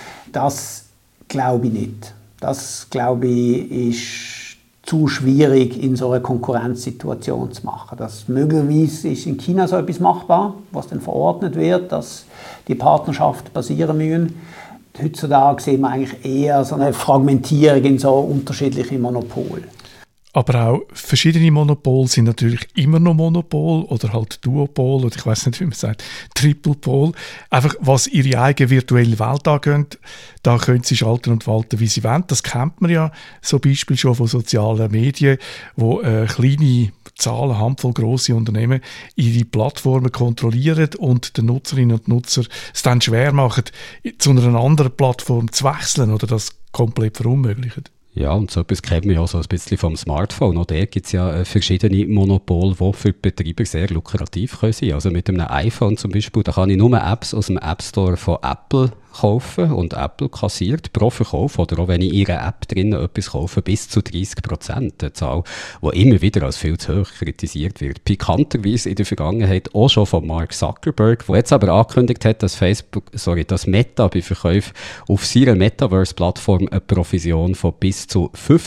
Das glaube ich nicht. Das glaube ich ist zu schwierig in so einer Konkurrenzsituation zu machen. Das möglicherweise ist in China so etwas machbar, was dann verordnet wird, dass die Partnerschaften basieren müssen. Heutzutage sehen wir eigentlich eher so eine Fragmentierung in so unterschiedliche Monopole. Aber auch verschiedene Monopole sind natürlich immer noch Monopol oder halt Duopol oder ich weiß nicht, wie man sagt, Triplepol. Einfach, was ihre eigene virtuelle Welt angeht, da können sie schalten und walten, wie sie wollen. Das kennt man ja, so Beispiel schon von sozialen Medien, wo kleine Zahlen, Handvoll grosse Unternehmen ihre Plattformen kontrollieren und den Nutzerinnen und Nutzern es dann schwer machen, zu einer anderen Plattform zu wechseln oder das komplett verunmöglichen. Ja, und so etwas kennt man ja so ein bisschen vom Smartphone. Auch da gibt es ja verschiedene Monopole, die für die Betreiber sehr lukrativ sein können. Also mit einem iPhone zum Beispiel, da kann ich nur Apps aus dem App Store von Apple kaufen und Apple kassiert pro Verkauf oder auch wenn ich in ihrer App drinnen etwas kaufe, bis zu 30%. Eine Zahl, die immer wieder als viel zu hoch kritisiert wird. Pikanterweise in der Vergangenheit auch schon von Mark Zuckerberg, der jetzt aber angekündigt hat, dass dass Meta bei Verkäufen auf seiner Metaverse-Plattform eine Provision von bis zu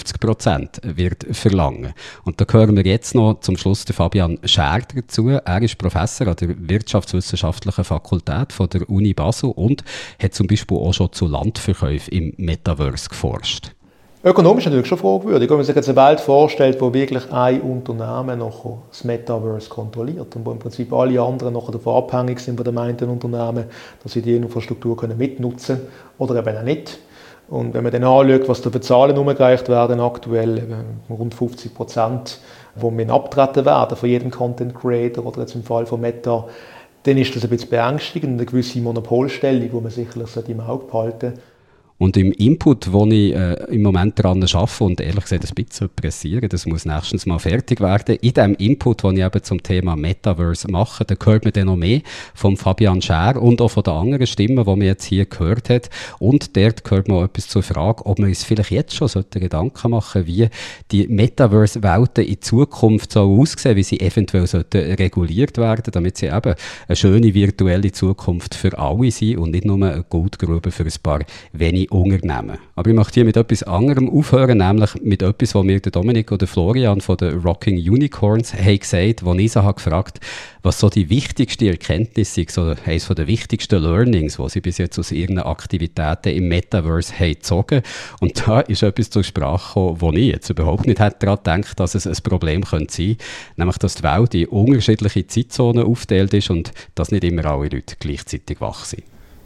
50% wird verlangen. Und da hören wir jetzt noch zum Schluss den Fabian Schär dazu. Er ist Professor an der Wirtschaftswissenschaftlichen Fakultät von der Uni Basel und hat zum Beispiel auch schon zu Landverkäufen im Metaverse geforscht. Ökonomisch natürlich schon fragwürdig. Wenn man sich jetzt eine Welt vorstellt, wo wirklich ein Unternehmen noch das Metaverse kontrolliert und wo im Prinzip alle anderen noch davon abhängig sind von dem einen Unternehmen, dass sie die Infrastruktur mitnutzen können oder eben auch nicht. Und wenn man dann anschaut, was da für Zahlen umgereicht werden, aktuell rund 50%, wo wir abtreten werden von jedem Content Creator oder jetzt im Fall von Meta, dann ist das ein bisschen beängstigend und eine gewisse Monopolstellung, die man sicherlich im Auge behalten sollte. Und im Input, wo ich im Moment daran arbeite und ehrlich gesagt ein bisschen pressieren, das muss nächstens mal fertig werden, in dem Input, den ich eben zum Thema Metaverse mache, da hört man dann noch mehr vom Fabian Schär und auch von den anderen Stimmen, die man jetzt hier gehört hat. Und dort hört man auch etwas zur Frage, ob man uns vielleicht jetzt schon Gedanken machen wie die Metaverse-Welten in Zukunft so aussehen, wie sie eventuell reguliert werden, damit sie eben eine schöne virtuelle Zukunft für alle sind und nicht nur eine Goldgrube für ein paar wenige kleine Unternehmen. Aber ich möchte hier mit etwas anderem aufhören, nämlich mit etwas, was mir der Dominik oder Florian von den Rocking Unicorns haben gesagt, wo ich sie habe gefragt, was so die wichtigste Erkenntnis sind, so eines der wichtigsten Learnings, die sie bis jetzt aus ihren Aktivitäten im Metaverse haben gezogen. Und da ist etwas zur Sprache gekommen, wo ich jetzt überhaupt nicht hätte daran gedacht, dass es ein Problem könnte sein, nämlich, dass die Welt in unterschiedliche Zeitzonen aufgeteilt ist und dass nicht immer alle Leute gleichzeitig wach sind.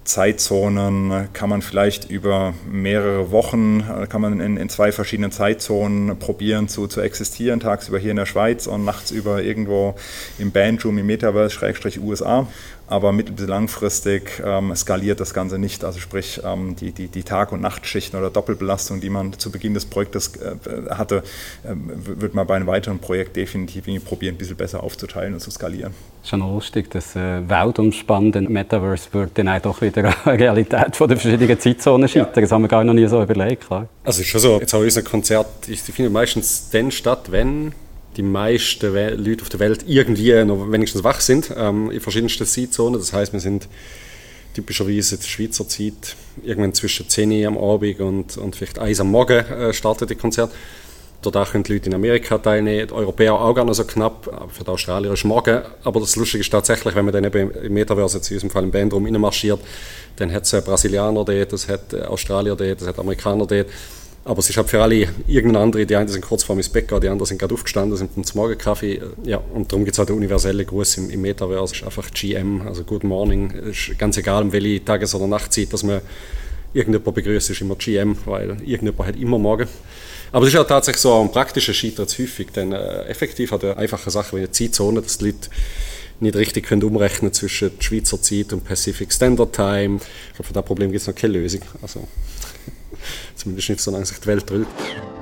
Zeitzonen kann man vielleicht über mehrere Wochen, kann man in 2 verschiedenen Zeitzonen probieren zu existieren, tagsüber hier in der Schweiz und nachts über irgendwo im Bandroom im Metaverse /USA. Aber mittel- bis langfristig skaliert das Ganze nicht. Also sprich, die Tag- und Nachtschichten oder Doppelbelastung, die man zu Beginn des Projektes hatte, wird man bei einem weiteren Projekt definitiv probieren, ein bisschen besser aufzuteilen und zu skalieren. Schon lustig, das weltumspannende Metaverse wird dann auch doch wieder eine Realität von den verschiedenen Zeitzonen scheitern. Ja. Das haben wir gar noch nie so überlegt. Klar. Also es ist schon so, jetzt haben wir unser Konzert, die findet meistens dann statt, wenn die meisten Leute auf der Welt irgendwie noch wenigstens wach sind, in verschiedensten Zeitzonen. Das heisst, wir sind typischerweise in der Schweizer Zeit irgendwann zwischen 10 Uhr am Abend und vielleicht 1 Uhr am Morgen startet das Konzert. Dort können die Leute in Amerika teilnehmen, die Europäer auch gar nicht so knapp, aber für die Australier ist morgen. Aber das Lustige ist tatsächlich, wenn man dann eben im Metaverse, jetzt in unserem Fall im Bandroom, reinmarschiert, dann hat es Brasilianer dort, es hat Australier dort, es hat Amerikaner dort. Aber es ist halt für alle irgendeine andere, die einen sind kurz vor mir ins Bett gegangen, die anderen sind gerade aufgestanden, sind zum Morgenkaffee. Ja, und darum gibt es halt den universellen Gruß im Metaverse. Es ist einfach GM, also Good Morning. Es ist ganz egal, um welche Tages- oder Nachtzeit, dass man irgendjemand begrüßt, ist immer GM, weil irgendjemand hat immer morgen. Aber es ist ja tatsächlich so, am praktischen scheitert es häufig, denn effektiv hat eine einfache Sache wie eine Zeitzone, dass die Leute nicht richtig können umrechnen zwischen Schweizer Zeit und Pacific Standard Time. Ich glaube, für das Problem gibt es noch keine Lösung. Also, zumindest nicht, solange sich die Welt dreht.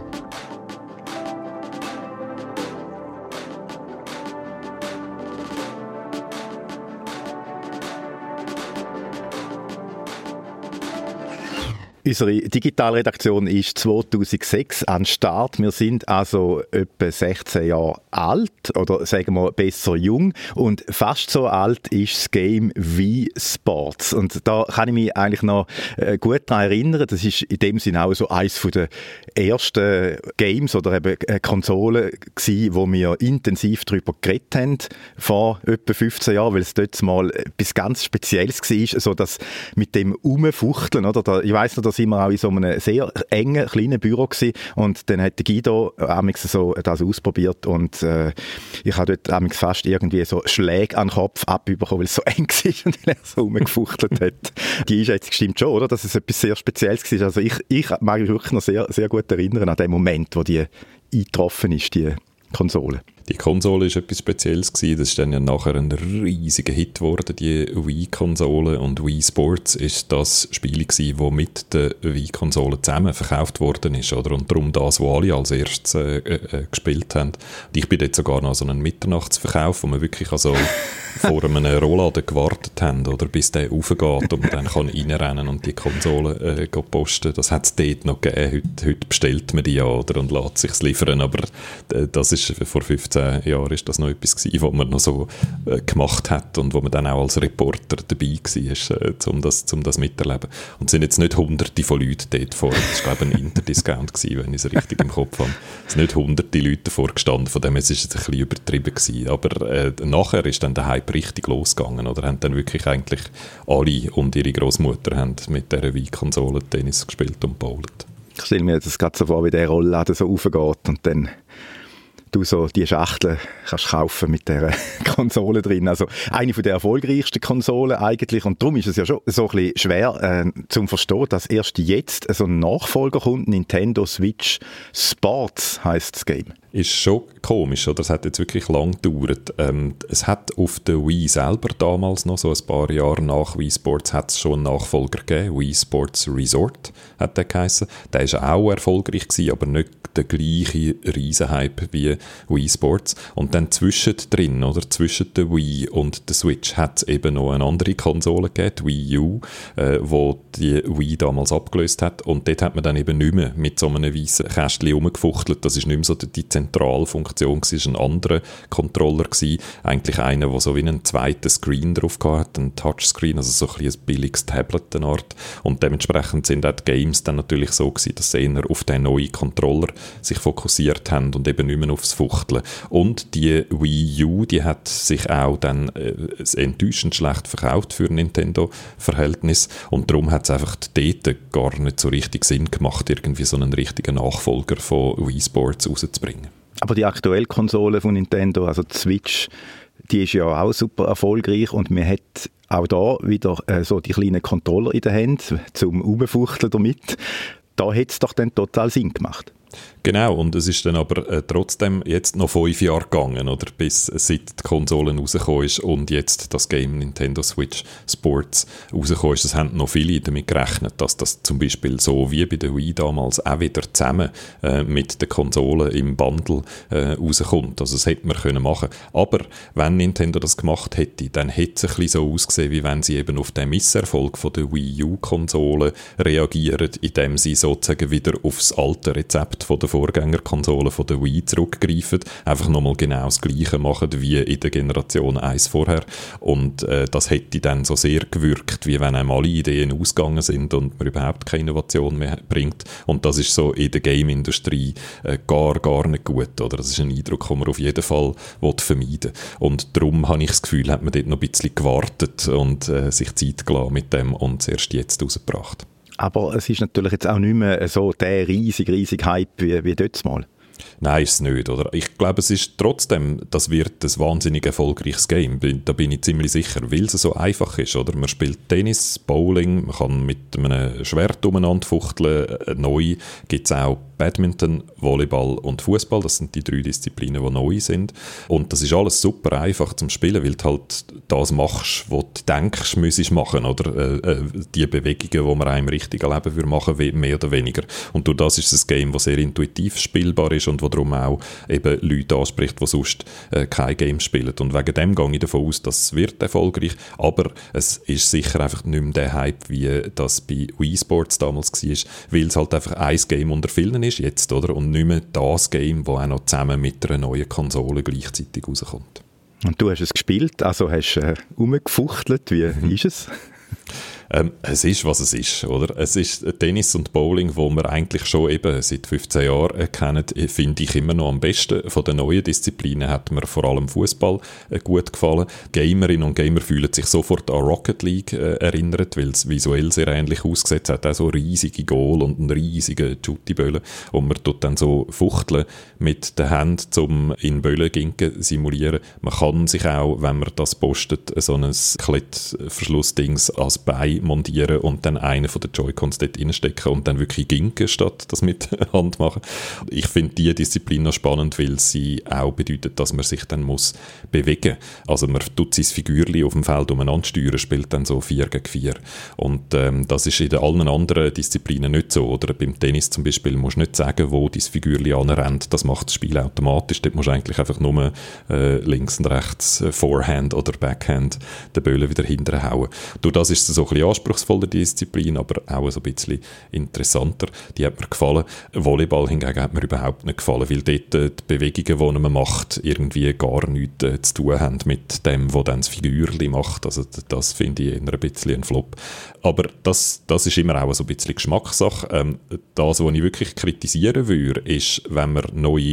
Unsere Digitalredaktion ist 2006 an den Start. Wir sind also etwa 16 Jahre alt oder sagen wir besser jung. Und fast so alt ist das Game Wii Sports. Und da kann ich mich eigentlich noch gut daran erinnern. Das ist in dem Sinne auch so eines der ersten Games oder eben Konsolen gewesen, wo wir intensiv darüber geredet haben vor etwa 15 Jahren, weil es dort mal etwas ganz Spezielles war, so dass mit dem Umfuchteln, oder? Ich weiss noch, da sind wir auch in so einem sehr engen, kleinen Büro gewesen, und dann hat Guido so das ausprobiert und ich habe dort fast irgendwie so Schläge an den Kopf abbekommen, weil es so eng war und er so rumgefuchtelt hat. Die Einschätzung stimmt schon, oder? Dass es etwas sehr Spezielles war. Also ich mag mich wirklich noch sehr, sehr gut erinnern an den Moment, wo die eingetroffen ist, die Konsole. Die Konsole war etwas Spezielles gewesen. Das ist dann ja nachher ein riesiger Hit geworden, die Wii-Konsole. Und Wii Sports ist das Spiel gewesen, das mit der Wii-Konsole zusammen verkauft worden ist, oder? Und darum das, was alle als erstes gespielt haben. Und ich bin dort sogar noch so einen Mitternachtsverkauf, wo wir wirklich also vor einem Rollladen gewartet haben, oder, bis der raufgeht und dann kann reinrennen und die Konsole posten. Das hat es dort noch gegeben. Heute bestellt man die ja, oder, und lässt sich liefern. Aber das ist vor 15 Jahren ist das noch etwas gewesen, was man noch so gemacht hat und wo man dann auch als Reporter dabei war, um das miterleben. Und es sind jetzt nicht hunderte von Leuten dort vor. Das war, glaube ich, ein Interdiscount gewesen, wenn ich es richtig im Kopf habe. Es sind nicht hunderte Leute davor gestanden, von dem es ist ein bisschen übertrieben gewesen. Aber nachher ist dann der Hype richtig losgegangen, oder haben dann wirklich eigentlich alle und ihre Großmutter haben mit dieser Wii-Konsole Tennis gespielt und bowlt. Ich stelle mir das gerade so vor, wie der Rollladen so raufgeht und dann du so die Schachtel kannst kaufen mit dieser Konsole drin. Also eine von der erfolgreichsten Konsolen eigentlich. Und darum ist es ja schon so ein bisschen schwer zum Verstehen, dass erst jetzt so ein Nachfolger kommt. Nintendo Switch Sports heisst das Game. Ist schon komisch, oder? Es hat jetzt wirklich lang gedauert. Es hat auf der Wii selber damals noch, so ein paar Jahre nach Wii Sports, hat es schon einen Nachfolger gegeben. Wii Sports Resort hat der geheissen. Der war auch erfolgreich gewesen, aber nicht der gleiche Riesenhype wie Wii Sports. Und dann zwischendrin, oder zwischen der Wii und der Switch, hat es eben noch eine andere Konsole gegeben, die Wii U, wo die Wii damals abgelöst hat. Und dort hat man dann eben nicht mehr mit so einem weißen Kästchen rumgefuchtelt. Das ist nicht mehr so die Zentralfunktion gewesen, ein anderer Controller gewesen, eigentlich einer, der so wie einen zweiten Screen drauf hatte, einen Touchscreen, also so ein billiges Tablet-Art. Und dementsprechend sind auch die Games dann natürlich so gewesen, dass sie eher auf den neuen Controller sich fokussiert haben und eben nicht mehr aufs Fuchteln. Und die Wii U, die hat sich auch dann enttäuschend schlecht verkauft für Nintendo-Verhältnis und darum hat es einfach dort gar nicht so richtig Sinn gemacht, irgendwie so einen richtigen Nachfolger von Wii Sports rauszubringen. Aber die aktuelle Konsole von Nintendo, also die Switch, die ist ja auch super erfolgreich und man hat auch da wieder so die kleinen Controller in der Hand zum Rumfuchteln damit. Da hat es doch dann total Sinn gemacht. Genau, und es ist dann aber trotzdem jetzt noch 5 Jahre gegangen, oder, bis seit die Konsolen rausgekommen ist und jetzt das Game Nintendo Switch Sports rausgekommen ist. Es haben noch viele damit gerechnet, dass das zum Beispiel so wie bei der Wii damals auch wieder zusammen mit den Konsolen im Bundle rauskommt. Also das hätte man können machen. Aber wenn Nintendo das gemacht hätte, dann hätte es ein bisschen so ausgesehen, wie wenn sie eben auf den Misserfolg von der Wii U-Konsole reagieren, indem sie sozusagen wieder aufs alte Rezept von der Vorgängerkonsole von der Wii zurückgreifen, einfach nochmal genau das Gleiche machen wie in der Generation 1 vorher und das hätte dann so sehr gewirkt, wie wenn einem alle Ideen ausgegangen sind und man überhaupt keine Innovation mehr bringt und das ist so in der Game-Industrie gar nicht gut, oder? Das ist ein Eindruck, den man auf jeden Fall vermeiden will. Und darum habe ich das Gefühl, hat man dort noch ein bisschen gewartet und sich Zeit gelassen mit dem und es erst jetzt rausgebracht. Aber es ist natürlich jetzt auch nicht mehr so der riesige Hype wie dort mal. Nein, ist es nicht, oder? Ich glaube, es ist trotzdem, das wird ein wahnsinnig erfolgreiches Game. Da bin ich ziemlich sicher, weil es so einfach ist, oder? Man spielt Tennis, Bowling, man kann mit einem Schwert umeinander fuchteln. Neu gibt es auch Badminton, Volleyball und Fußball. Das sind die 3 Disziplinen, die neu sind. Und das ist alles super einfach zum Spielen, weil du halt das machst, was du denkst, müsstest machen, oder? Die Bewegungen, die man auch im richtigen Leben würde machen, mehr oder weniger. Und durch das ist es ein Game, das sehr intuitiv spielbar ist und wo darum auch eben Leute anspricht, die sonst kein Game spielen. Und wegen dem gehe ich davon aus, dass es wird erfolgreich, aber es ist sicher einfach nicht mehr der Hype, wie das bei Wii Sports damals war, weil es halt einfach ein Game unter vielen ist jetzt, oder? Und nicht mehr das Game, das auch noch zusammen mit einer neuen Konsole gleichzeitig rauskommt. Und du hast es gespielt, also hast rumgefuchtelt, wie ist es? Es ist, was es ist, oder? Es ist Tennis und Bowling, wo wir eigentlich schon eben seit 15 Jahren kennen, finde ich immer noch am besten. Von den neuen Disziplinen hat mir vor allem Fußball gut gefallen. Gamerinnen und Gamer fühlen sich sofort an Rocket League erinnert, weil es visuell sehr ähnlich ausgesetzt hat. Auch so riesige Goal und einen riesigen Shooty-Böllen. Und man tut dann so fuchteln mit den Händen, um in Böllenginken simulieren. Man kann sich auch, wenn man das postet, so ein Klettverschlussdings als Bein montieren und dann einen von den Joy-Cons dort reinstecken und dann wirklich ginken, statt das mit Hand machen. Ich finde diese Disziplin noch spannend, weil sie auch bedeutet, dass man sich dann muss bewegen. Also man tut sein Figürchen auf dem Feld umeinander steuern, spielt dann so 4 gegen 4. Und das ist in allen anderen Disziplinen nicht so. Oder beim Tennis zum Beispiel musst du nicht sagen, wo dein Figürchen anrennt. Das macht das Spiel automatisch. Dort musst du eigentlich einfach nur links und rechts Forehand oder Backhand den Böllen wieder hinterher hauen. Durch das ist es so ein bisschen anspruchsvoller Disziplin, aber auch so ein bisschen interessanter. Die hat mir gefallen. Volleyball hingegen hat mir überhaupt nicht gefallen, weil dort die Bewegungen, die man macht, irgendwie gar nichts zu tun haben mit dem, was dann das Figürchen macht. Also das finde ich eher ein bisschen ein Flop. Aber das ist immer auch so ein bisschen Geschmackssache. Das, was ich wirklich kritisieren würde, ist, wenn man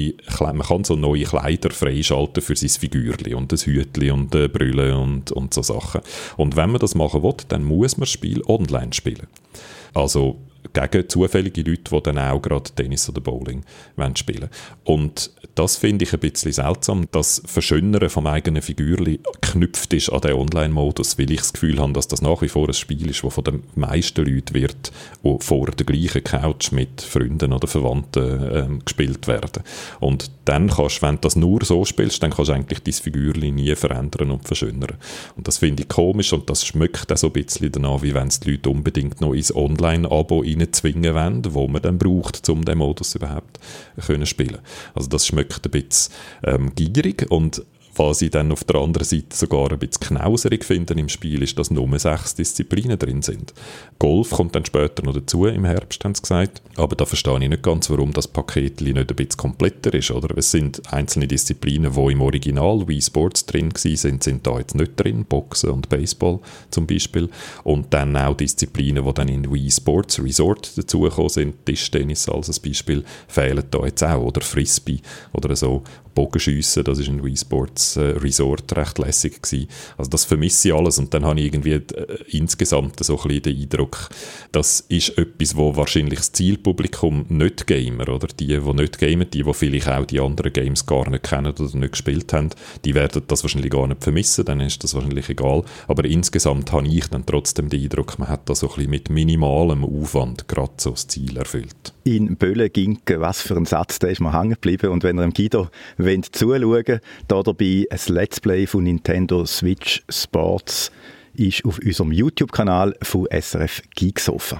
kann so neue Kleider freischalten für sein Figürchen und das Hütchen und Brille und so Sachen. Und wenn man das machen will, dann muss man das Spiel online spielen. Also gegen zufällige Leute, die dann auch gerade Tennis oder Bowling spielen wollen. Und das finde ich ein bisschen seltsam, dass Verschönern vom eigenen Figürchen geknüpft ist an den Online-Modus, weil ich das Gefühl habe, dass das nach wie vor ein Spiel ist, das von den meisten Leuten wird vor der gleichen Couch mit Freunden oder Verwandten gespielt werden. Und dann kannst du, wenn du das nur so spielst, dann kannst du eigentlich dein Figürchen nie verändern und verschönern. Und das finde ich komisch und das schmeckt auch so ein bisschen danach, wie wenn es die Leute unbedingt noch ins Online-Abo zwingen wollen, wo man dann braucht, um den Modus überhaupt können spielen. Also das schmeckt ein bisschen gierig und Was ich dann auf der anderen Seite sogar ein bisschen knauserig finde im Spiel, ist, dass nur 6 Disziplinen drin sind. Golf kommt dann später noch dazu, im Herbst haben sie gesagt. Aber da verstehe ich nicht ganz, warum das Paket nicht ein bisschen kompletter ist. Oder? Es sind einzelne Disziplinen, die im Original Wii Sports drin waren, sind da jetzt nicht drin. Boxen und Baseball zum Beispiel. Und dann auch Disziplinen, die dann in Wii Sports Resort dazugekommen sind. Tischtennis als ein Beispiel fehlen da jetzt auch. Oder Frisbee oder so. Bogenschiessen, das war in Wii Sports Resort recht lässig gewesen. Also das vermisse ich alles und dann habe ich irgendwie insgesamt so ein bisschen den Eindruck, das ist etwas, wo wahrscheinlich das Zielpublikum nicht Gamer, oder die nicht gamen, die vielleicht auch die anderen Games gar nicht kennen oder nicht gespielt haben, die werden das wahrscheinlich gar nicht vermissen, dann ist das wahrscheinlich egal. Aber insgesamt habe ich dann trotzdem den Eindruck, man hat da so ein bisschen mit minimalem Aufwand gerade so das Ziel erfüllt. In Böllen-Ginken, was für ein Satz, der ist mir hängen geblieben. Und wenn ihr dem Guido zuschauen da dabei ein Let's Play von Nintendo Switch Sports ist auf unserem YouTube-Kanal von SRF Geeksofa.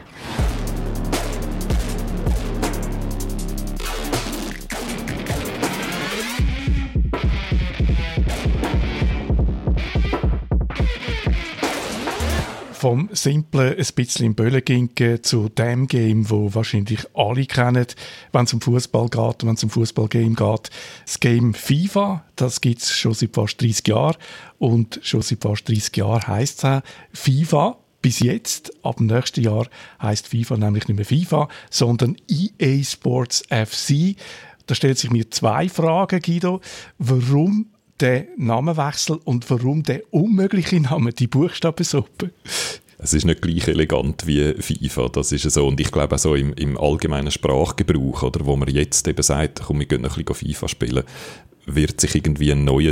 Vom Simplen ein bisschen im Böllenginken zu dem Game, wo wahrscheinlich alle kennen, wenn es um Fußball geht, wenn es um Fußballgame geht. Das Game FIFA, das gibt es schon seit fast 30 Jahren. Und schon seit fast 30 Jahren heisst es auch FIFA. Bis jetzt, ab dem nächsten Jahr, heisst FIFA nämlich nicht mehr FIFA, sondern EA Sports FC. Da stellt sich mir 2 Fragen, Guido. Warum der Namenwechsel und warum der unmögliche Name, die Buchstabensuppe? Es ist nicht gleich elegant wie FIFA, das ist so. Und ich glaube auch so im allgemeinen Sprachgebrauch, oder, wo man jetzt eben sagt, komm, wir gehen noch ein bisschen FIFA spielen, wird sich irgendwie ein neuer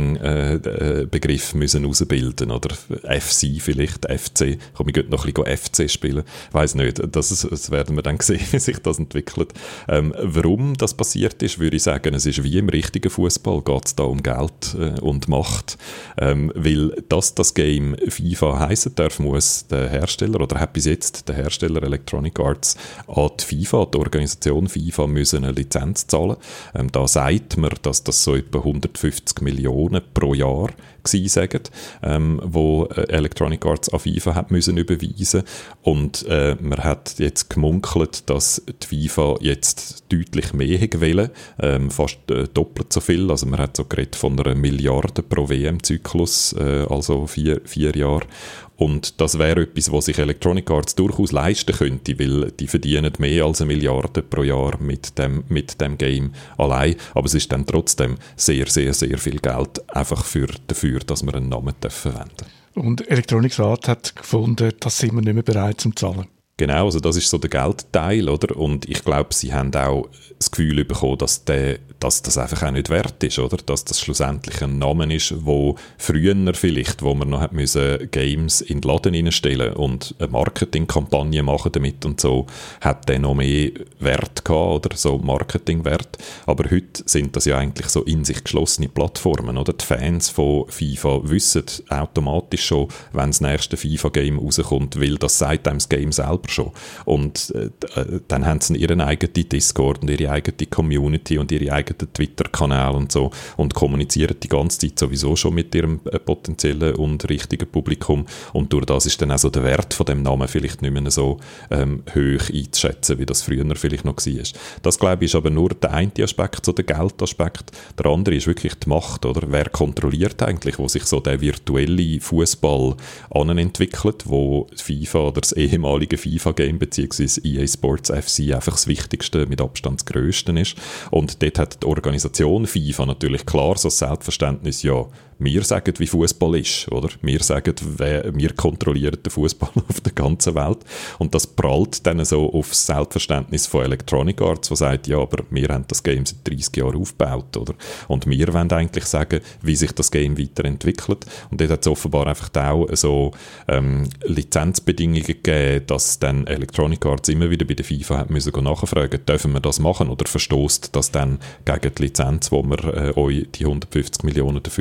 Slang-Begriff müssen herausbilden, oder FC vielleicht, FC, komm, ich gehe noch ein bisschen FC spielen, weiss nicht, das werden wir dann sehen, wie sich das entwickelt. Warum das passiert ist, würde ich sagen, es ist wie im richtigen Fußball, geht es da um Geld und Macht, weil das Game FIFA heissen darf, muss der Hersteller, oder hat bis jetzt der Hersteller Electronic Arts an die FIFA, die Organisation FIFA, müssen eine Lizenz zahlen. Da sagt man, dass das so etwa 150 Millionen pro Jahr gewesen sagen, wo Electronic Arts an FIFA hat müssen überweisen. Und man hat jetzt gemunkelt, dass die FIFA jetzt deutlich mehr hätte wollen, fast doppelt so viel. Also man hat so geredet von 1 Milliarde pro WM-Zyklus, also 4 Jahre. Und das wäre etwas, was sich Electronic Arts durchaus leisten könnte, weil die verdienen mehr als 1 Milliarde pro Jahr mit dem Game allein. Aber es ist dann trotzdem sehr, sehr, sehr viel Geld einfach dafür, dass man einen Namen verwenden darf. Und Electronic Arts hat gefunden, das sind wir nicht mehr bereit zum Zahlen. Genau, also das ist so der Geldteil, oder? Und ich glaube, sie haben auch das Gefühl bekommen, dass das einfach auch nicht wert ist, oder? Dass das schlussendlich ein Name ist, wo früher vielleicht, wo man noch hat müssen Games in den Laden reinstellen und eine Marketingkampagne machen damit und so, hat der noch mehr Wert gehabt, oder so Marketingwert. Aber heute sind das ja eigentlich so in sich geschlossene Plattformen, oder? Die Fans von FIFA wissen automatisch schon, wenn das nächste FIFA-Game rauskommt, weil das sagt einem das Game selber schon. Und dann haben sie ihren eigenen Discord und ihre eigene Community und ihre eigenen Twitter-Kanal und so und kommunizieren die ganze Zeit sowieso schon mit ihrem potenziellen und richtigen Publikum. Und durch das ist dann auch so der Wert von dem Namen vielleicht nicht mehr so hoch einzuschätzen, wie das früher vielleicht noch war. Das, glaube ich, ist aber nur der eine Aspekt, so der Geldaspekt. Der andere ist wirklich die Macht, oder? Wer kontrolliert eigentlich, wo sich so der virtuelle Fußball entwickelt, wo FIFA oder das ehemalige FIFA-Game bzw. EA Sports FC einfach das Wichtigste, mit Abstand das Grösste ist. Und dort hat die Organisation FIFA natürlich klar so das Selbstverständnis, ja, wir sagen, wie Fußball ist, oder? Wir sagen, wir kontrollieren den Fußball auf der ganzen Welt. Und das prallt dann so auf das Selbstverständnis von Electronic Arts, die sagt, ja, aber wir haben das Game seit 30 Jahren aufgebaut, oder? Und wir wollen eigentlich sagen, wie sich das Game weiterentwickelt. Und dort hat es offenbar einfach auch so Lizenzbedingungen gegeben, dass dann Electronic Arts immer wieder bei der FIFA hat müssen nachfragen, dürfen wir das machen, oder verstoßt das dann gegen die Lizenz, wo wir euch die 150 Millionen dafür gezahlt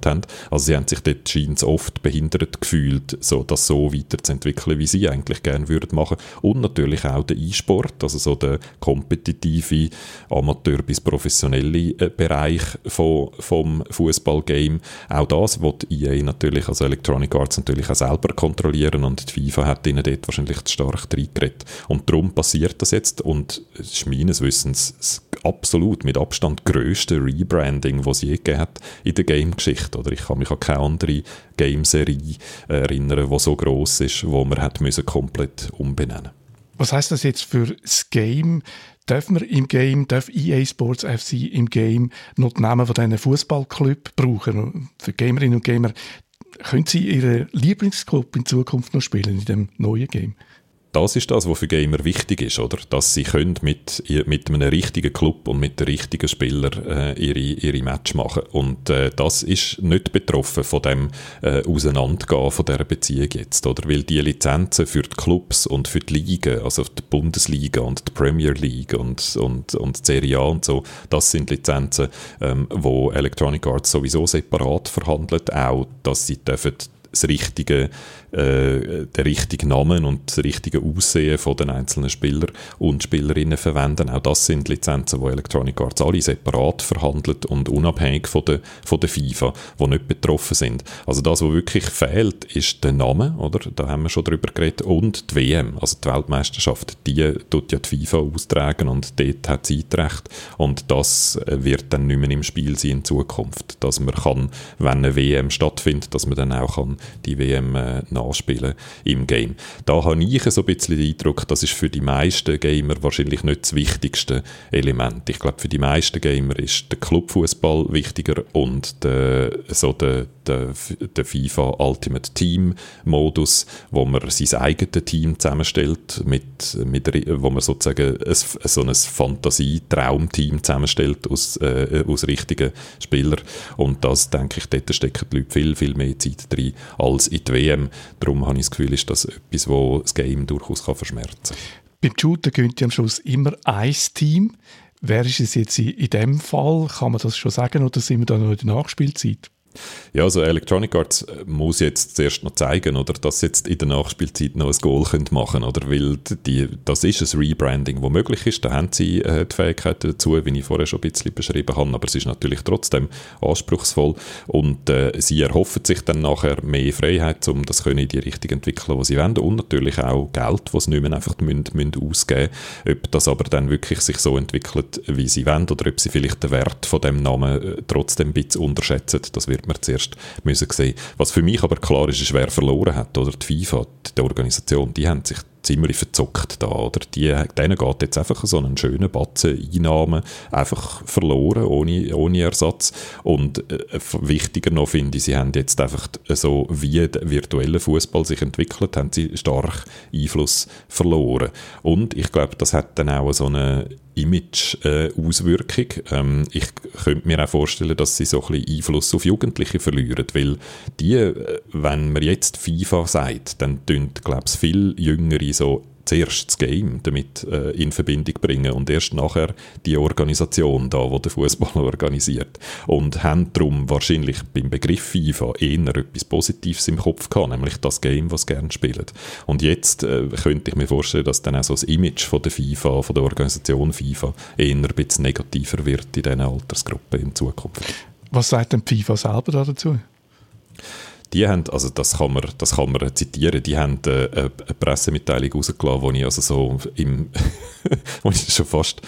gezahlt haben. Also sie haben sich dort scheint oft behindert gefühlt, so das so weiterzuentwickeln, wie sie eigentlich gerne würden machen. Und natürlich auch der E-Sport, also so der kompetitive Amateur- bis professionelle Bereich vom Fußballgame. Auch das will EA natürlich, also Electronic Arts natürlich auch selber kontrollieren, und die FIFA hat ihnen dort wahrscheinlich zu stark reingeredet. Und darum passiert das jetzt, und es ist meines Wissens das absolut mit Abstand grösste Rebranding, das es je gegeben hat in der Game-Geschichte. Oder ich kann mich an keine andere Game-Serie erinnern, die so gross ist, wo man hat müssen komplett umbenennen. Was heisst das jetzt für das Game? Darf EA Sports FC im Game noch die Namen von diesen Fußballclubs brauchen? Für Gamerinnen und Gamer, können sie ihren Lieblingsclub in Zukunft noch spielen in dem neuen Game? Das ist das, was für Gamer wichtig ist, oder? Dass sie können mit einem richtigen Club und mit den richtigen Spielern ihre Match machen. Und das ist nicht betroffen von dem Auseinandergehen von dieser Beziehung jetzt, oder? Weil die Lizenzen für die Clubs und für die Ligen, also die Bundesliga und die Premier League und die Serie A und so, das sind Lizenzen, wo Electronic Arts sowieso separat verhandelt, auch, dass sie dürfen den richtigen Namen und das richtige Aussehen von den einzelnen Spielern und Spielerinnen verwenden. Auch das sind Lizenzen, die Electronic Arts alle separat verhandelt und unabhängig von der FIFA, die nicht betroffen sind. Also das, was wirklich fehlt, ist der Name, oder? Da haben wir schon drüber geredet, und die WM, also die Weltmeisterschaft, die tut ja die FIFA austragen, und dort hat sie Einrecht, und das wird dann nicht mehr im Spiel sein in Zukunft, dass man kann, wenn eine WM stattfindet, dass man dann auch kann die WM nachspielen im Game. Da habe ich so ein bisschen den Eindruck, das ist für die meisten Gamer wahrscheinlich nicht das wichtigste Element. Ich glaube, für die meisten Gamer ist der Clubfußball wichtiger und der FIFA Ultimate Team Modus, wo man sein eigenes Team zusammenstellt, wo man sozusagen so ein Fantasie-Traumteam zusammenstellt aus richtigen Spielern. Und das, denke ich, dort stecken die Leute viel, viel mehr Zeit drin als in die WM. Darum habe ich das Gefühl, ist das etwas, was das Game durchaus verschmerzen kann. Beim Shooter gönnt ja am Schluss immer ein Team. Wer ist es jetzt in diesem Fall? Kann man das schon sagen, oder sind wir da noch in der Nachspielzeit? Ja, also Electronic Arts muss jetzt zuerst noch zeigen, oder, dass sie jetzt in der Nachspielzeit noch ein Goal machen können, oder, weil das ist ein Rebranding, das möglich ist, da haben sie die Fähigkeiten dazu, wie ich vorher schon ein bisschen beschrieben habe, aber es ist natürlich trotzdem anspruchsvoll, und sie erhoffen sich dann nachher mehr Freiheit, um das in die Richtung entwickeln, was sie wollen, und natürlich auch Geld, das sie nicht mehr einfach ausgeben müssen. Ob das aber dann wirklich sich so entwickelt, wie sie wollen, oder ob sie vielleicht den Wert von dem Namen trotzdem ein bisschen unterschätzen, das wird man zuerst müssen sehen. Was für mich aber klar ist, wer verloren hat, oder die FIFA, die Organisation, die haben sich ziemlich verzockt da, oder? Denen geht jetzt einfach so einen schönen Batzen Einnahmen einfach verloren, ohne Ersatz. Und wichtiger noch finde ich, sie haben jetzt einfach so, wie der virtuelle Fußball sich entwickelt, haben sie stark Einfluss verloren. Und ich glaube, das hat dann auch so eine Image-Auswirkung. Ich könnte mir auch vorstellen, dass sie so ein bisschen Einfluss auf Jugendliche verlieren, weil wenn man jetzt FIFA sagt, dann tun, glaube ich, viel Jüngere so zuerst das Game damit in Verbindung bringen und erst nachher die Organisation da, die den Fußball organisiert. Und haben darum wahrscheinlich beim Begriff FIFA eher etwas Positives im Kopf gehabt, nämlich das Game, was sie gerne spielen. Und jetzt könnte ich mir vorstellen, dass dann auch so das Image von der FIFA, von der Organisation FIFA, eher ein bisschen negativer wird in diesen Altersgruppen in Zukunft. Was sagt denn FIFA selber dazu? Die haben, also das kann man zitieren, die haben eine Pressemitteilung rausgelassen, wo ich also so wo ich schon fast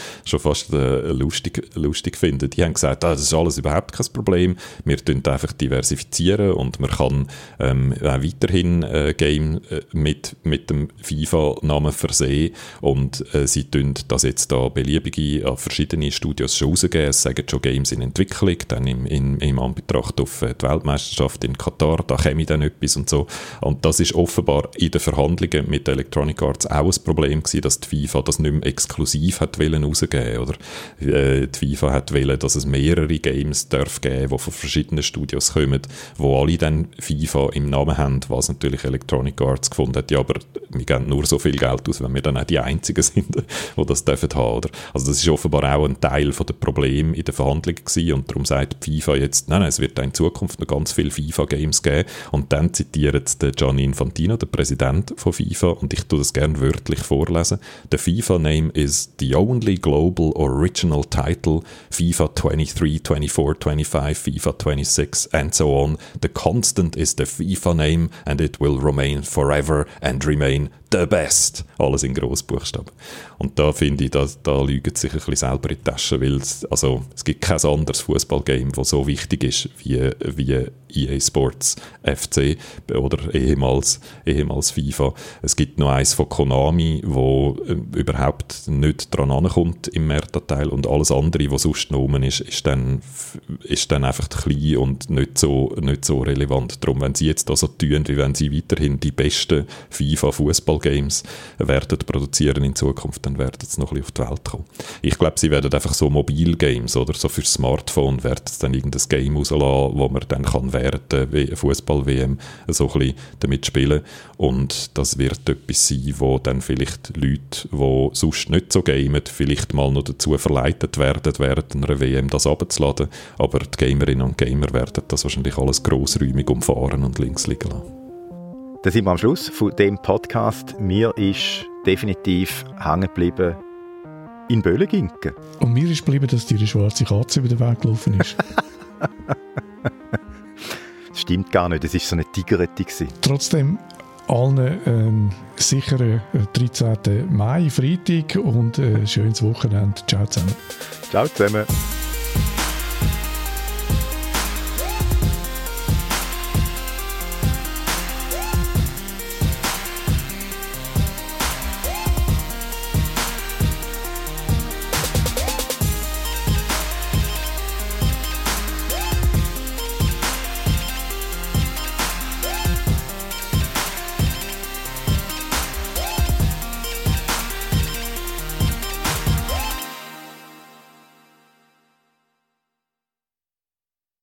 lustig finde. Die haben gesagt, das ist alles überhaupt kein Problem, wir tun einfach diversifizieren und man kann auch weiterhin Game mit dem FIFA-Namen versehen, und sie tun das jetzt da beliebige an verschiedene Studios schon rausgeben. Es sagen schon Games in Entwicklung, dann im Anbetracht auf die Weltmeisterschaft in Katar, da käme dann etwas und so. Und das ist offenbar in den Verhandlungen mit Electronic Arts auch ein Problem gewesen, dass die FIFA das nicht mehr exklusiv hat rausgeben, oder die FIFA hat wollen, dass es mehrere Games darf geben, die von verschiedenen Studios kommen, wo alle dann FIFA im Namen haben, was natürlich Electronic Arts gefunden hat, ja, aber wir geben nur so viel Geld aus, wenn wir dann auch die Einzigen sind, die das dürfen haben, oder? Also das ist offenbar auch ein Teil von der Probleme in der Verhandlung gewesen, und darum sagt die FIFA jetzt, nein, es wird in Zukunft noch ganz viele FIFA-Games geben, und dann zitiert der Gianni Infantino, der Präsident von FIFA, und ich tue das gerne wörtlich vorlesen. The FIFA name is the only global original title, FIFA 23, 24, 25, FIFA 26 and so on. The constant is the FIFA name and it will remain forever and remain the best. Alles in Grossbuchstaben. Und da finde ich, da lügen sich ein bisschen selber in die Tasche, weil es gibt kein anderes Fußballgame, das so wichtig ist wie EA Sports FC oder ehemals FIFA. Es gibt noch eins von Konami, wo überhaupt nicht dran ankommt im Meta-Teil, und alles andere, was sonst noch rum ist dann einfach klein und nicht so relevant. Darum, wenn sie jetzt da so tun, wie wenn sie weiterhin die besten FIFA-Fußball-Games werden produzieren in Zukunft, dann werden sie noch ein bisschen auf die Welt kommen. Ich glaube, sie werden einfach so Mobil-Games oder so für Smartphone werden sie dann irgendein Game rauslassen, wo man dann kann während der Fußball-WM so ein bisschen damit spielen, und das wird etwas sein, wo dann vielleicht Leute, die sonst nicht so gamen, vielleicht mal noch dazu verleitet werden, während einer WM das runterzuladen, aber die Gamerinnen und Gamer werden das wahrscheinlich alles grossräumig umfahren und links liegen lassen. Da sind wir am Schluss von dem Podcast. Mir ist definitiv hängen geblieben in Böhlenginken. Und mir ist geblieben, dass dir eine schwarze Katze über den Weg gelaufen ist. Das stimmt gar nicht, das war so eine Tigerette. Trotzdem allen sicheren 13. Mai, Freitag, und schönes Wochenende. Ciao zusammen. Ciao zusammen.